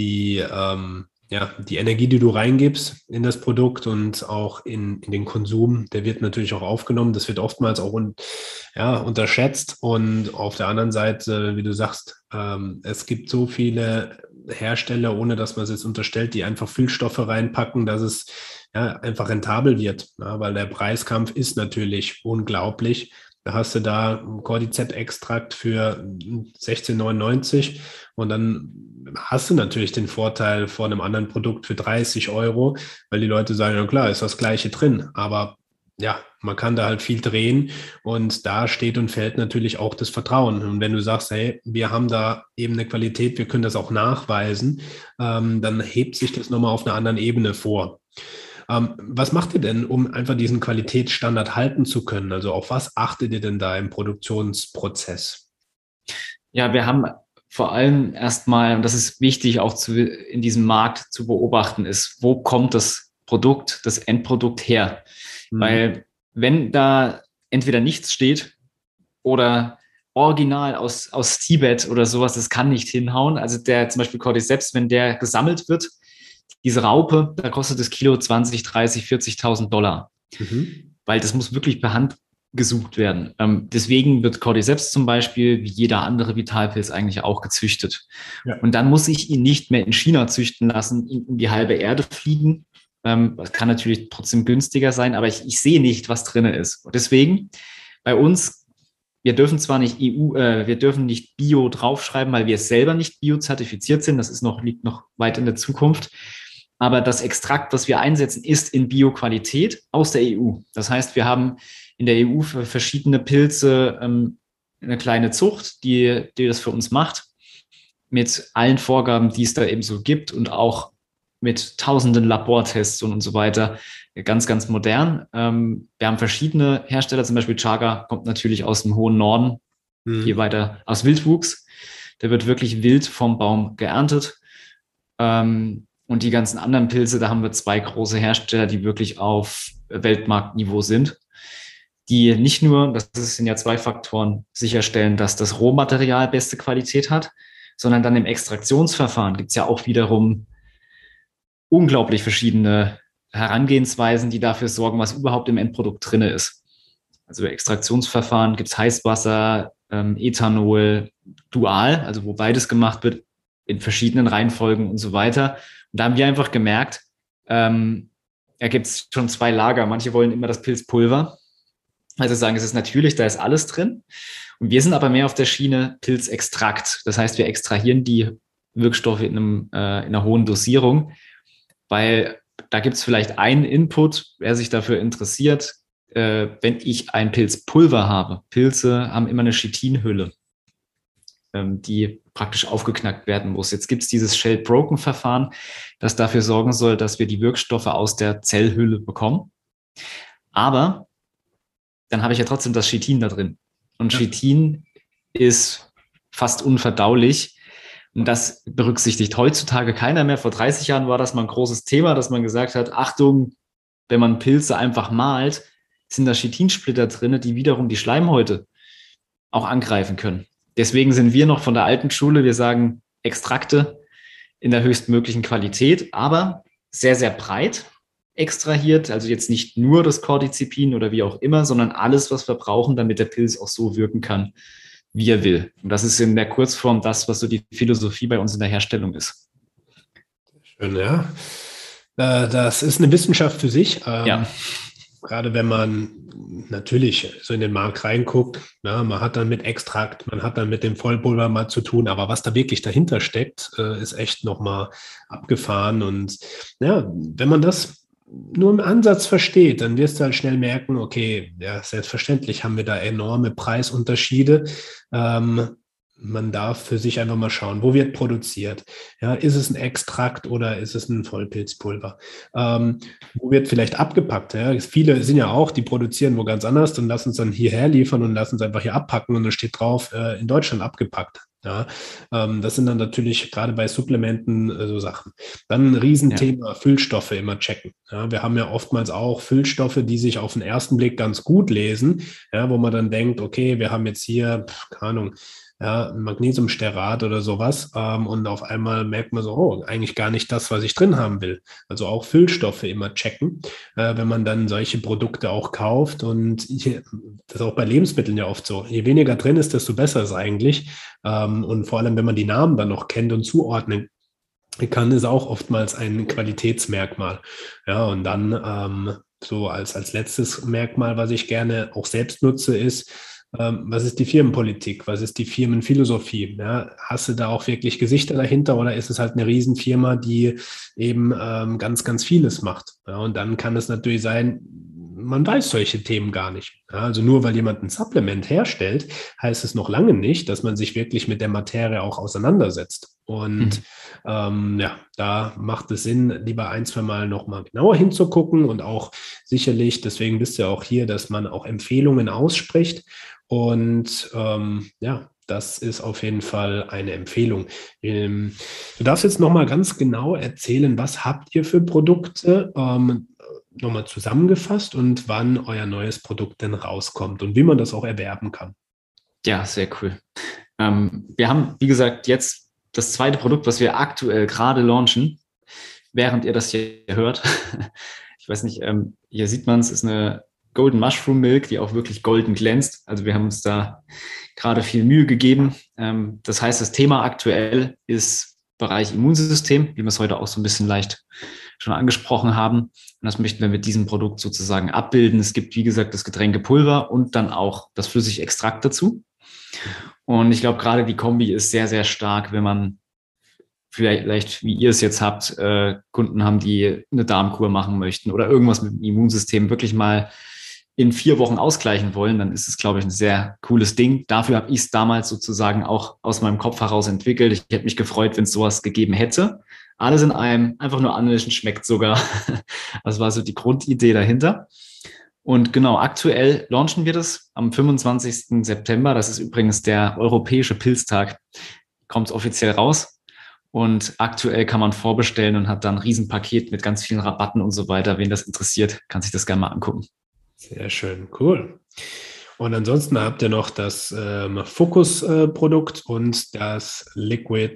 A: die Energie, die du reingibst in das Produkt und auch in den Konsum, der wird natürlich auch aufgenommen. Das wird oftmals auch unterschätzt. Und auf der anderen Seite, wie du sagst, es gibt so viele Hersteller, ohne dass man es jetzt unterstellt, die einfach Füllstoffe reinpacken, dass es ja, einfach rentabel wird, ja, weil der Preiskampf ist natürlich unglaublich. Da hast du da einen Cordyceps-Extrakt für 16,99 und dann hast du natürlich den Vorteil von einem anderen Produkt für 30 €, weil die Leute sagen, ja klar, ist das Gleiche drin. Aber ja, man kann da halt viel drehen und da steht und fällt natürlich auch das Vertrauen. Und wenn du sagst, hey, wir haben da eben eine Qualität, wir können das auch nachweisen, dann hebt sich das nochmal auf einer anderen Ebene vor. Was macht ihr denn, um einfach diesen Qualitätsstandard halten zu können? Also auf was achtet ihr denn da im Produktionsprozess?
B: Ja, wir haben vor allem erstmal, und das ist wichtig auch in diesem Markt zu beobachten, ist, wo kommt das Produkt, das Endprodukt her?
A: Mhm.
B: Weil wenn da entweder nichts steht oder original aus Tibet oder sowas, das kann nicht hinhauen. Also der zum Beispiel Cordyceps, wenn der gesammelt wird, diese Raupe, da kostet das Kilo 20, 30, 40.000 Dollar.
A: Mhm.
B: Weil das muss wirklich per Hand gesucht werden. Deswegen wird Cordyceps zum Beispiel, wie jeder andere Vitalpilz, eigentlich auch gezüchtet.
A: Ja.
B: Und dann muss ich ihn nicht mehr in China züchten lassen, um die halbe Erde fliegen. Das kann natürlich trotzdem günstiger sein, aber ich sehe nicht, was drin ist. Und deswegen bei uns, wir dürfen zwar nicht wir dürfen nicht Bio draufschreiben, weil wir selber nicht Bio-zertifiziert sind. Das liegt noch weit in der Zukunft. Aber das Extrakt, was wir einsetzen, ist in Bio-Qualität aus der EU. Das heißt, wir haben in der EU für verschiedene Pilze eine kleine Zucht, die das für uns macht, mit allen Vorgaben, die es da eben so gibt und auch mit tausenden Labortests und so weiter. Ganz, ganz modern. Wir haben verschiedene Hersteller, zum Beispiel Chaga kommt natürlich aus dem hohen Norden, hier weiter aus Wildwuchs. Der wird wirklich wild vom Baum geerntet. Und die ganzen anderen Pilze, da haben wir 2 große Hersteller, die wirklich auf Weltmarktniveau sind, die nicht nur, das sind ja 2 Faktoren, sicherstellen, dass das Rohmaterial beste Qualität hat, sondern dann im Extraktionsverfahren gibt es ja auch wiederum unglaublich verschiedene Herangehensweisen, die dafür sorgen, was überhaupt im Endprodukt drin ist. Also Extraktionsverfahren gibt es Heißwasser, Ethanol, Dual, also wo beides gemacht wird, in verschiedenen Reihenfolgen und so weiter. Und da haben wir einfach gemerkt, da gibt es schon 2 Lager. Manche wollen immer das Pilzpulver. Also sagen, es ist natürlich, da ist alles drin. Und wir sind aber mehr auf der Schiene Pilzextrakt. Das heißt, wir extrahieren die Wirkstoffe in einer hohen Dosierung, weil da gibt es vielleicht einen Input, wer sich dafür interessiert, wenn ich ein Pilzpulver habe. Pilze haben immer eine Chitinhülle, die praktisch aufgeknackt werden muss. Jetzt gibt es dieses Shell-Broken-Verfahren, das dafür sorgen soll, dass wir die Wirkstoffe aus der Zellhülle bekommen. Aber dann habe ich ja trotzdem das Chitin da drin. Und Chitin ist fast unverdaulich. Und das berücksichtigt heutzutage keiner mehr. Vor 30 Jahren war das mal ein großes Thema, dass man gesagt hat, Achtung, wenn man Pilze einfach malt, sind da Chitinsplitter drin, die wiederum die Schleimhäute auch angreifen können. Deswegen sind wir noch von der alten Schule. Wir sagen Extrakte in der höchstmöglichen Qualität, aber sehr, sehr breit extrahiert. Also jetzt nicht nur das Cordycepin oder wie auch immer, sondern alles, was wir brauchen, damit der Pilz auch so wirken kann, wie er will. Und das ist in der Kurzform das, was so die Philosophie bei uns in der Herstellung ist.
A: Schön, ja. Das ist eine Wissenschaft für sich.
B: Ja.
A: Gerade wenn man natürlich so in den Markt reinguckt, ja, man hat dann mit Extrakt, man hat dann mit dem Vollpulver mal zu tun, aber was da wirklich dahinter steckt, ist echt nochmal abgefahren. Und ja, wenn man das nur im Ansatz versteht, dann wirst du halt schnell merken, okay, ja, selbstverständlich haben wir da enorme Preisunterschiede. Man darf für sich einfach mal schauen, wo wird produziert? Ja, ist es ein Extrakt oder ist es ein Vollpilzpulver? Wo wird vielleicht abgepackt? Ja? Viele sind ja auch, die produzieren wo ganz anders und lassen es dann hierher liefern und lassen es einfach hier abpacken und dann steht drauf, in Deutschland abgepackt. Ja, das sind dann natürlich gerade bei Supplementen so Sachen. Dann ein Riesenthema, Füllstoffe immer checken. Ja, wir haben ja oftmals auch Füllstoffe, die sich auf den ersten Blick ganz gut lesen, ja, wo man dann denkt, okay, wir haben jetzt hier, keine Ahnung, ja, Magnesiumstearat oder sowas, und auf einmal merkt man so, oh, eigentlich gar nicht das, was ich drin haben will. Also auch Füllstoffe immer checken, wenn man dann solche Produkte auch kauft. Und das ist auch bei Lebensmitteln ja oft so. Je weniger drin ist, desto besser ist eigentlich. Und vor allem, wenn man die Namen dann noch kennt und zuordnen kann, ist auch oftmals ein Qualitätsmerkmal. Ja, und dann so als letztes Merkmal, was ich gerne auch selbst nutze, ist, was ist die Firmenpolitik? Was ist die Firmenphilosophie? Ja, hast du da auch wirklich Gesichter dahinter oder ist es halt eine Riesenfirma, die eben ganz, ganz vieles macht? Ja, und dann kann es natürlich sein, man weiß solche Themen gar nicht. Ja, also nur weil jemand ein Supplement herstellt, heißt es noch lange nicht, dass man sich wirklich mit der Materie auch auseinandersetzt. Und ja, da macht es Sinn, lieber ein, zwei Mal nochmal genauer hinzugucken und auch sicherlich, deswegen bist du ja auch hier, dass man auch Empfehlungen ausspricht. Und ja, das ist auf jeden Fall eine Empfehlung. Du darfst jetzt nochmal ganz genau erzählen, was habt ihr für Produkte, nochmal zusammengefasst und wann euer neues Produkt denn rauskommt und wie man das auch erwerben kann.
B: Ja, sehr cool. Wir haben, wie gesagt, jetzt das zweite Produkt, was wir aktuell gerade launchen, während ihr das hier hört. Ich weiß nicht, hier sieht man es, ist eine Golden Mushroom Milk, die auch wirklich golden glänzt. Also wir haben uns da gerade viel Mühe gegeben. Das heißt, das Thema aktuell ist Bereich Immunsystem, wie wir es heute auch so ein bisschen leicht schon angesprochen haben. Und das möchten wir mit diesem Produkt sozusagen abbilden. Es gibt, wie gesagt, das Getränkepulver und dann auch das Flüssigextrakt dazu. Und ich glaube, gerade die Kombi ist sehr, sehr stark, wenn man vielleicht, wie ihr es jetzt habt, Kunden haben, die eine Darmkur machen möchten oder irgendwas mit dem Immunsystem wirklich mal in 4 Wochen ausgleichen wollen, dann ist es, glaube ich, ein sehr cooles Ding. Dafür habe ich es damals sozusagen auch aus meinem Kopf heraus entwickelt. Ich hätte mich gefreut, wenn es sowas gegeben hätte. Alles in einem, einfach nur anmischen, schmeckt sogar. Das war so die Grundidee dahinter. Und genau, aktuell launchen wir das am 25. September. Das ist übrigens der Europäische Pilztag. Kommt offiziell raus. Und aktuell kann man vorbestellen und hat dann ein Riesenpaket mit ganz vielen Rabatten und so weiter. Wen das interessiert, kann sich das gerne mal angucken.
A: Sehr schön, cool. Und ansonsten habt ihr noch das Focus-Produkt und das Liquid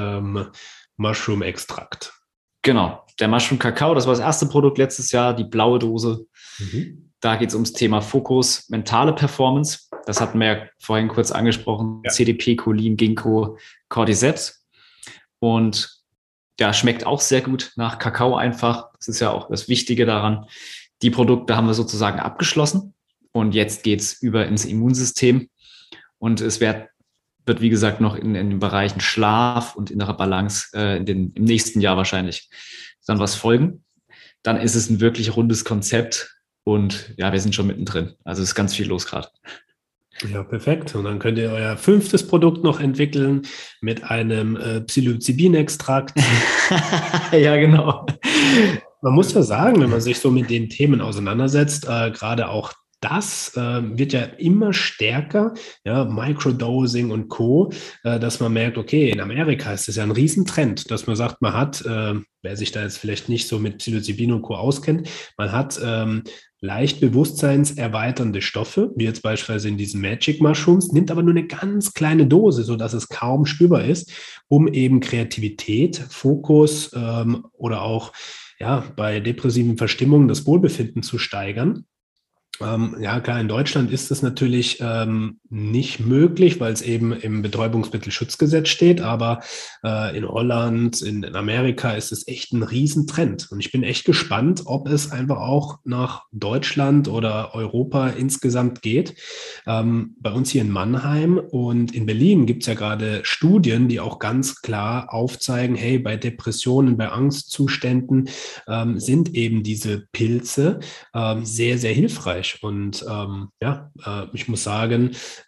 A: Mushroom-Extrakt.
B: Genau, der Mushroom Kakao, das war das erste Produkt letztes Jahr, die blaue Dose. Da geht es ums Thema Fokus, mentale Performance. Das hatten wir ja vorhin kurz angesprochen. Ja. CDP, Cholin, Ginkgo, Cordyceps. Und ja, schmeckt auch sehr gut nach Kakao einfach. Das ist ja auch das Wichtige daran. Die Produkte haben wir sozusagen abgeschlossen. Und jetzt geht es über ins Immunsystem. Und es wird, wie gesagt, noch in den Bereichen Schlaf und innere Balance im nächsten Jahr wahrscheinlich dann was folgen. Dann ist es ein wirklich rundes Konzept. Und ja, wir sind schon mittendrin. Also es ist ganz viel los gerade.
A: Ja, perfekt. Und dann könnt ihr euer 5. Produkt noch entwickeln mit einem Psilocybin-Extrakt.
B: Ja, genau.
A: Man muss ja sagen, wenn man sich so mit den Themen auseinandersetzt, gerade auch das wird ja immer stärker, ja, Microdosing und Co., dass man merkt, okay, in Amerika ist das ja ein Riesentrend, dass man sagt, man hat, wer sich da jetzt vielleicht nicht so mit Psilocybin und Co. auskennt, man hat leicht bewusstseinserweiternde Stoffe, wie jetzt beispielsweise in diesen Magic Mushrooms, nimmt aber nur eine ganz kleine Dose, sodass es kaum spürbar ist, um eben Kreativität, Fokus oder auch ja, bei depressiven Verstimmungen das Wohlbefinden zu steigern. Ja, klar, in Deutschland ist das natürlich nicht möglich, weil es eben im Betäubungsmittelschutzgesetz steht, aber in Holland, in Amerika ist es echt ein Riesentrend. Und ich bin echt gespannt, ob es einfach auch nach Deutschland oder Europa insgesamt geht. Bei uns hier in Mannheim und in Berlin gibt es ja gerade Studien, die auch ganz klar aufzeigen, hey, bei Depressionen, bei Angstzuständen sind eben diese Pilze sehr, sehr hilfreich. Und ich muss sagen,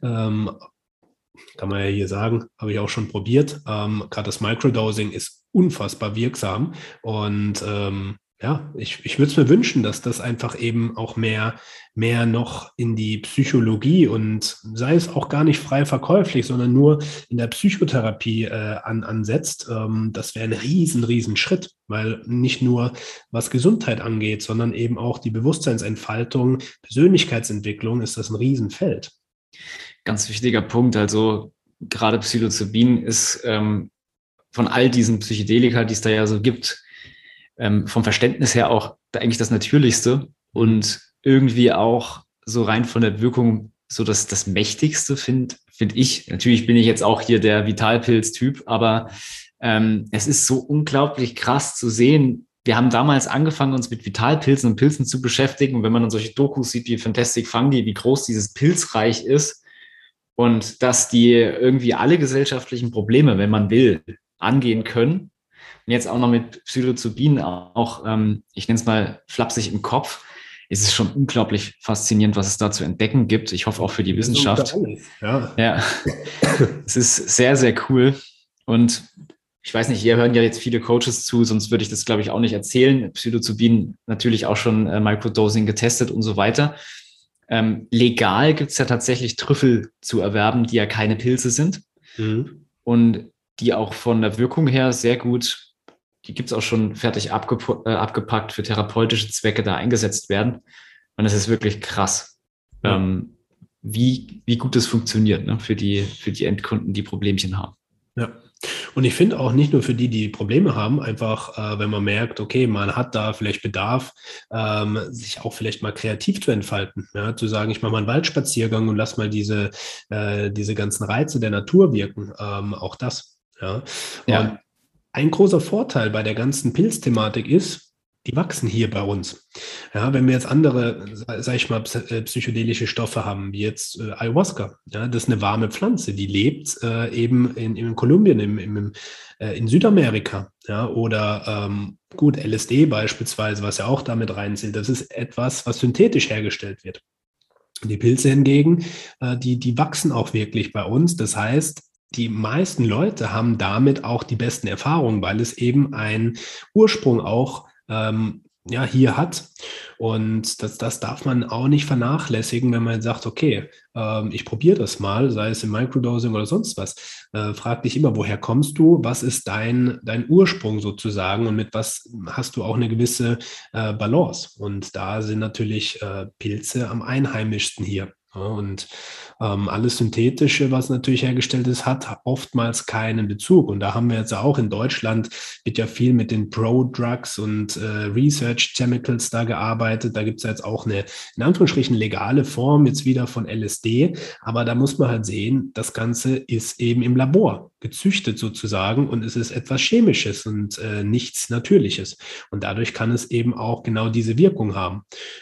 A: kann man ja hier sagen, habe ich auch schon probiert. Gerade das Microdosing ist unfassbar wirksam. Und ich würde es mir wünschen, dass das einfach eben auch mehr noch in die Psychologie und sei es auch gar nicht frei verkäuflich, sondern nur in der Psychotherapie ansetzt. Das wäre ein riesen Schritt, weil nicht nur was Gesundheit angeht, sondern eben auch die Bewusstseinsentfaltung, Persönlichkeitsentwicklung ist das ein Riesenfeld.
B: Ganz wichtiger Punkt. Also gerade Psilocybin ist von all diesen Psychedelika, die es da ja so gibt, vom Verständnis her auch eigentlich das Natürlichste und irgendwie auch so rein von der Wirkung so das Mächtigste finde ich. Natürlich bin ich jetzt auch hier der Vitalpilz-Typ, aber es ist so unglaublich krass zu sehen. Wir haben damals angefangen, uns mit Vitalpilzen und Pilzen zu beschäftigen. Und wenn man dann solche Dokus sieht wie Fantastic Fungi, wie groß dieses Pilzreich ist und dass die irgendwie alle gesellschaftlichen Probleme, wenn man will, angehen können. Und jetzt auch noch mit Psilocybin auch, ich nenne es mal flapsig im Kopf, ist es schon unglaublich faszinierend, was es da zu entdecken gibt. Ich hoffe auch für die Wissenschaft. Ja, es ist sehr, sehr cool. Und ich weiß nicht, hier hören ja jetzt viele Coaches zu, sonst würde ich das, glaube ich, auch nicht erzählen. Psilocybin natürlich auch schon Microdosing getestet und so weiter. Legal gibt es ja tatsächlich Trüffel zu erwerben, die ja keine Pilze sind. Und die auch von der Wirkung her sehr gut, die gibt es auch schon fertig abgepackt für therapeutische Zwecke da eingesetzt werden. Und es ist wirklich krass. Ja. wie gut das funktioniert, ne, für die Endkunden, die Problemchen haben.
A: Ja. Und ich finde auch nicht nur für die, die Probleme haben, einfach, wenn man merkt, okay, man hat da vielleicht Bedarf, sich auch vielleicht mal kreativ zu entfalten. Ja, zu sagen, ich mache mal einen Waldspaziergang und lass mal diese ganzen Reize der Natur wirken. Auch das. Ja. Und
B: Ja,
A: ein großer Vorteil bei der ganzen Pilzthematik ist, die wachsen hier bei uns. Ja, wenn wir jetzt andere, sag ich mal, psychedelische Stoffe haben, wie jetzt Ayahuasca, ja, das ist eine warme Pflanze, die lebt eben in Kolumbien, in Südamerika, ja, oder gut, LSD beispielsweise, was ja auch damit reinzählt, das ist etwas, was synthetisch hergestellt wird. Die Pilze hingegen, die wachsen auch wirklich bei uns. Das heißt, die meisten Leute haben damit auch die besten Erfahrungen, weil es eben einen Ursprung auch ja, hier hat. Und das darf man auch nicht vernachlässigen, wenn man sagt, okay, ich probiere das mal, sei es im Microdosing oder sonst was. Frag dich immer, woher kommst du? Was ist dein Ursprung sozusagen? Und mit was hast du auch eine gewisse Balance? Und da sind natürlich Pilze am einheimischsten hier. Ja, und alles Synthetische, was natürlich hergestellt ist, hat oftmals keinen Bezug. Und da haben wir jetzt auch in Deutschland, wird ja viel mit den Pro-Drugs und Research Chemicals da gearbeitet. Da gibt es ja jetzt auch eine, in Anführungsstrichen, legale Form jetzt wieder von LSD. Aber da muss man halt sehen, das Ganze ist eben im Labor gezüchtet sozusagen und es ist etwas Chemisches und nichts Natürliches. Und dadurch kann es eben auch genau diese Wirkung haben,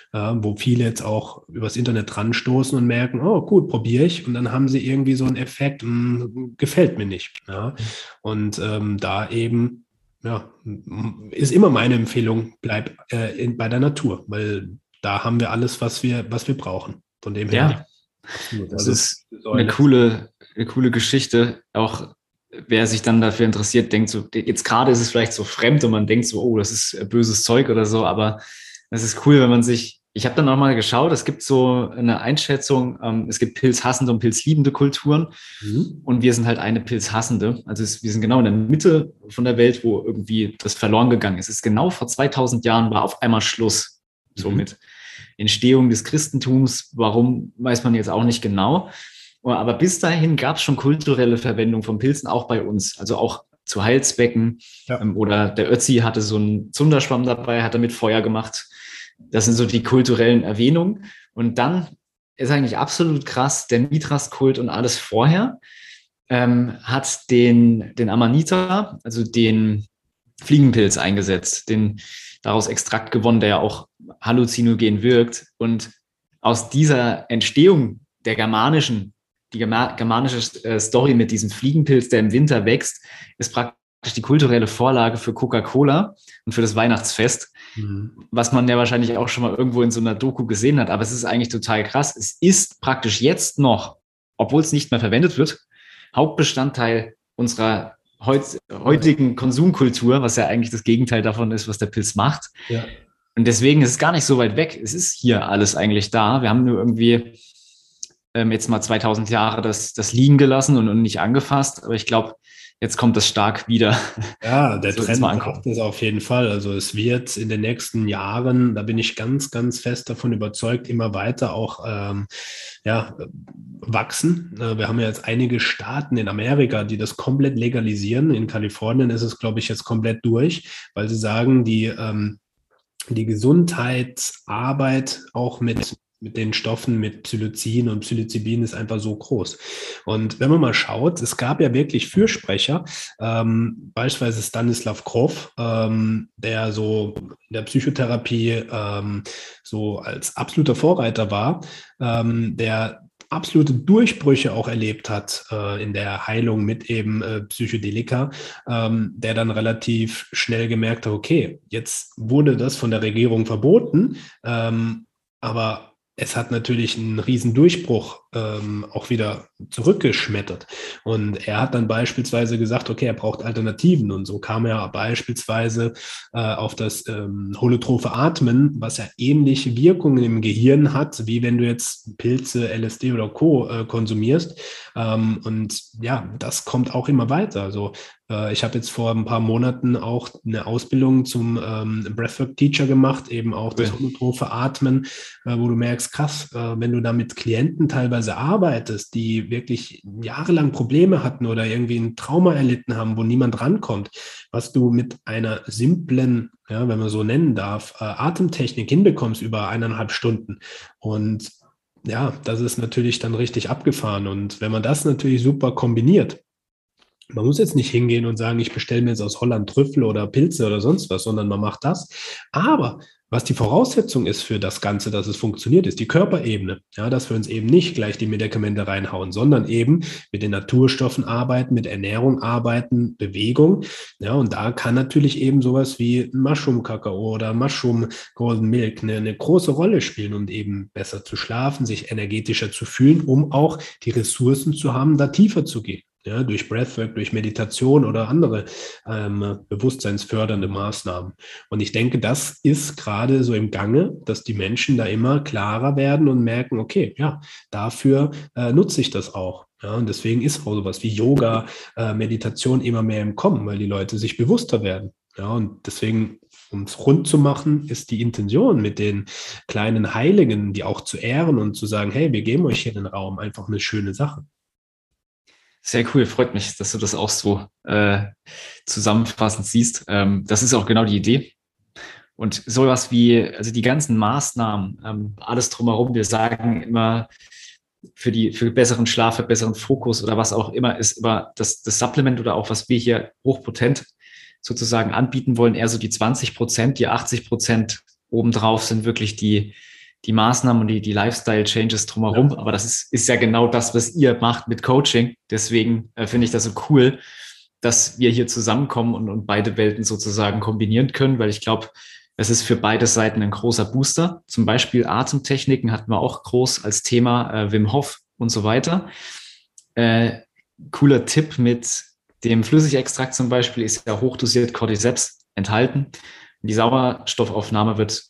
A: wo viele jetzt auch übers Internet dran stoßen und merken, oh gut, probiere ich. Und dann haben sie irgendwie so einen Effekt, gefällt mir nicht. Ja? Und da eben, ja, ist immer meine Empfehlung, bleib bei der Natur, weil da haben wir alles, was wir brauchen. Von dem her,
B: ja,
A: absolut.
B: das
A: Also,
B: ist eine coole Geschichte. Auch wer sich dann dafür interessiert, denkt so, jetzt gerade ist es vielleicht so fremd und man denkt so, oh, das ist böses Zeug oder so, aber es ist cool, wenn man sich, ich habe dann auch mal geschaut, es gibt so eine Einschätzung, es gibt pilzhassende und pilzliebende Kulturen und wir sind halt eine pilzhassende. Also wir sind genau in der Mitte von der Welt, wo irgendwie das verloren gegangen ist. Es ist genau vor 2000 Jahren war auf einmal Schluss. So mit Entstehung des Christentums. Warum, weiß man jetzt auch nicht genau. Aber bis dahin gab es schon kulturelle Verwendung von Pilzen, auch bei uns. Also auch zu Heilzwecken.
A: Ja.
B: Oder der Ötzi hatte so einen Zunderschwamm dabei, hat damit Feuer gemacht. Das sind so die kulturellen Erwähnungen. Und dann ist eigentlich absolut krass, der Mithras-Kult und alles vorher hat den Amanita, also den Fliegenpilz eingesetzt, den daraus Extrakt gewonnen, der ja auch halluzinogen wirkt. Und aus dieser Entstehung der germanische Story mit diesem Fliegenpilz, der im Winter wächst, ist praktisch die kulturelle Vorlage für Coca-Cola und für das Weihnachtsfest, was man ja wahrscheinlich auch schon mal irgendwo in so einer Doku gesehen hat. Aber es ist eigentlich total krass. Es ist praktisch jetzt noch, obwohl es nicht mehr verwendet wird, Hauptbestandteil unserer heutigen Konsumkultur, was ja eigentlich das Gegenteil davon ist, was der Pilz macht.
A: Ja.
B: Und deswegen ist es gar nicht so weit weg. Es ist hier alles eigentlich da. Wir haben nur irgendwie jetzt mal 2000 Jahre das liegen gelassen und nicht angefasst. Aber ich glaube, jetzt kommt das stark wieder.
A: Ja, der Trend macht es auf jeden Fall. Also es wird in den nächsten Jahren, da bin ich ganz, ganz fest davon überzeugt, immer weiter auch wachsen. Wir haben ja jetzt einige Staaten in Amerika, die das komplett legalisieren. In Kalifornien ist es, glaube ich, jetzt komplett durch, weil sie sagen, die Gesundheitsarbeit auch mit den Stoffen, mit Psilocin und Psilocybin ist einfach so groß. Und wenn man mal schaut, es gab ja wirklich Fürsprecher, beispielsweise Stanislav Grof, der so in der Psychotherapie so als absoluter Vorreiter war, der absolute Durchbrüche auch erlebt hat in der Heilung mit eben Psychedelika, der dann relativ schnell gemerkt hat, okay, jetzt wurde das von der Regierung verboten, aber es hat natürlich einen riesen Durchbruch auch wieder zurückgeschmettert. Und er hat dann beispielsweise gesagt, okay, er braucht Alternativen. Und so kam er beispielsweise auf das holotrophe Atmen, was ja ähnliche Wirkungen im Gehirn hat, wie wenn du jetzt Pilze, LSD oder Co. Konsumierst. Und ja, das kommt auch immer weiter. Also ich habe jetzt vor ein paar Monaten auch eine Ausbildung zum Breathwork-Teacher gemacht, eben auch das holotrophe Atmen, wo du merkst, krass, wenn du da mit Klienten teilweise arbeitest, die wirklich jahrelang Probleme hatten oder irgendwie ein Trauma erlitten haben, wo niemand rankommt, was du mit einer simplen, ja, wenn man so nennen darf, Atemtechnik hinbekommst über 1,5 Stunden. Und ja, das ist natürlich dann richtig abgefahren. Und wenn man das natürlich super kombiniert, man muss jetzt nicht hingehen und sagen, ich bestelle mir jetzt aus Holland Trüffel oder Pilze oder sonst was, sondern man macht das. Aber was die Voraussetzung ist für das Ganze, dass es funktioniert, ist die Körperebene. Ja, dass wir uns eben nicht gleich die Medikamente reinhauen, sondern eben mit den Naturstoffen arbeiten, mit Ernährung arbeiten, Bewegung. Ja, und da kann natürlich eben sowas wie Mushroom-Kakao oder Mushroom Golden Milk eine große Rolle spielen und eben besser zu schlafen, sich energetischer zu fühlen, um auch die Ressourcen zu haben, da tiefer zu gehen. Ja, durch Breathwork, durch Meditation oder andere bewusstseinsfördernde Maßnahmen. Und ich denke, das ist gerade so im Gange, dass die Menschen da immer klarer werden und merken, okay, ja, dafür nutze ich das auch. Ja, und deswegen ist auch sowas wie Yoga, Meditation immer mehr im Kommen, weil die Leute sich bewusster werden. Ja, und deswegen, um es rund zu machen, ist die Intention mit den kleinen Heiligen, die auch zu ehren und zu sagen, hey, wir geben euch hier den Raum, einfach eine schöne Sache.
B: Sehr cool, freut mich, dass du das auch so zusammenfassend siehst. Das ist auch genau die Idee. Und sowas wie, also die ganzen Maßnahmen, alles drumherum, wir sagen immer, für besseren Schlaf, für besseren Fokus oder was auch immer, ist immer das Supplement oder auch, was wir hier hochpotent sozusagen anbieten wollen, eher so die 20%, die 80% obendrauf sind wirklich die Maßnahmen und die Lifestyle-Changes drumherum. Ja. Aber das ist ja genau das, was ihr macht mit Coaching. Deswegen finde ich das so cool, dass wir hier zusammenkommen und beide Welten sozusagen kombinieren können, weil ich glaube, es ist für beide Seiten ein großer Booster. Zum Beispiel Atemtechniken hatten wir auch groß als Thema, Wim Hof und so weiter. Cooler Tipp mit dem Flüssigextrakt zum Beispiel ist ja hochdosiert Cordyceps enthalten. Die Sauerstoffaufnahme wird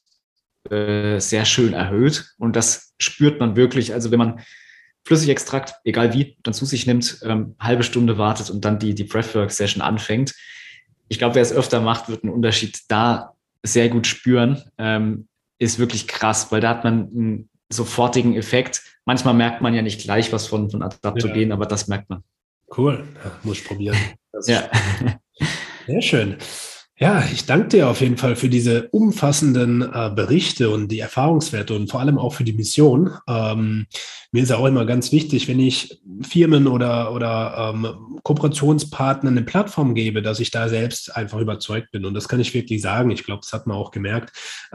B: sehr schön erhöht und das spürt man wirklich. Also wenn man Flüssigextrakt, egal wie, dann zu sich nimmt, halbe Stunde wartet und dann die Breathwork-Session anfängt. Ich glaube, wer es öfter macht, wird einen Unterschied da sehr gut spüren. Ist wirklich krass, weil da hat man einen sofortigen Effekt. Manchmal merkt man ja nicht gleich was von Adaptogen, aber das merkt man.
A: Cool, ja, muss ich probieren.
B: Ja.
A: Sehr schön. Ja, ich danke dir auf jeden Fall für diese umfassenden Berichte und die Erfahrungswerte und vor allem auch für die Mission. Mir ist ja auch immer ganz wichtig, wenn ich Firmen oder Kooperationspartnern eine Plattform gebe, dass ich da selbst einfach überzeugt bin. Und das kann ich wirklich sagen. Ich glaube, das hat man auch gemerkt,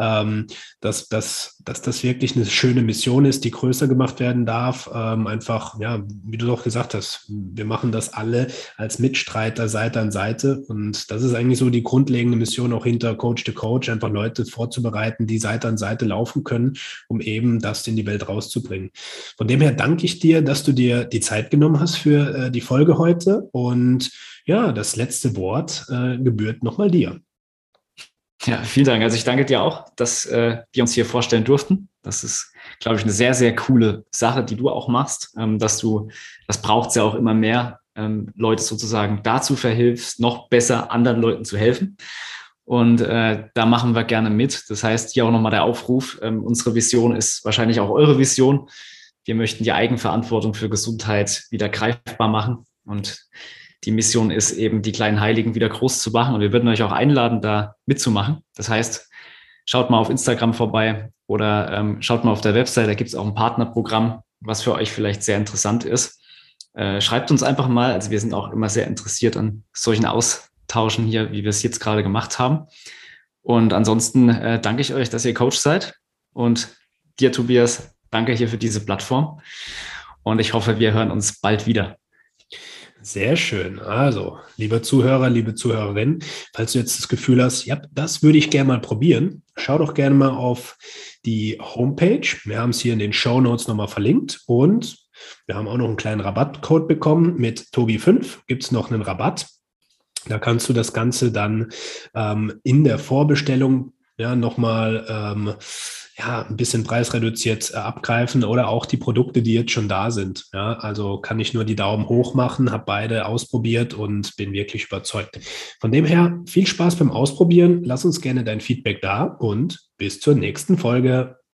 A: dass das wirklich eine schöne Mission ist, die größer gemacht werden darf. Einfach, ja, wie du doch gesagt hast, wir machen das alle als Mitstreiter Seite an Seite. Und das ist eigentlich so die grundlegende Mission auch hinter Coach to Coach, einfach Leute vorzubereiten, die Seite an Seite laufen können, um eben das in die Welt rauszubringen. Von dem her danke ich dir, dass du dir die Zeit genommen hast für die Folge heute. Und ja, das letzte Wort gebührt nochmal dir.
B: Ja, vielen Dank. Also ich danke dir auch, dass wir uns hier vorstellen durften. Das ist, glaube ich, eine sehr, sehr coole Sache, die du auch machst, das braucht es ja auch immer mehr, Leute sozusagen dazu verhilfst, noch besser anderen Leuten zu helfen. Und da machen wir gerne mit. Das heißt, hier auch nochmal der Aufruf. Unsere Vision ist wahrscheinlich auch eure Vision. Wir möchten die Eigenverantwortung für Gesundheit wieder greifbar machen. Und die Mission ist eben, die kleinen Heiligen wieder groß zu machen. Und wir würden euch auch einladen, da mitzumachen. Das heißt, schaut mal auf Instagram vorbei oder schaut mal auf der Website. Da gibt es auch ein Partnerprogramm, was für euch vielleicht sehr interessant ist. Schreibt uns einfach mal. Also wir sind auch immer sehr interessiert an solchen Austauschen hier, wie wir es jetzt gerade gemacht haben. Und ansonsten danke ich euch, dass ihr Coach seid. Und dir, Tobias, danke hier für diese Plattform. Und ich hoffe, wir hören uns bald wieder.
A: Sehr schön. Also, lieber Zuhörer, liebe Zuhörerin, falls du jetzt das Gefühl hast, ja, das würde ich gerne mal probieren, schau doch gerne mal auf die Homepage. Wir haben es hier in den Shownotes nochmal verlinkt und Wir haben auch noch einen kleinen Rabattcode bekommen. Mit Tobi5 gibt es noch einen Rabatt. Da kannst du das Ganze dann in der Vorbestellung ja nochmal ein bisschen preisreduziert abgreifen oder auch die Produkte, die jetzt schon da sind. Ja, also kann ich nur die Daumen hoch machen, habe beide ausprobiert und bin wirklich überzeugt. Von dem her viel Spaß beim Ausprobieren. Lass uns gerne dein Feedback da und bis zur nächsten Folge.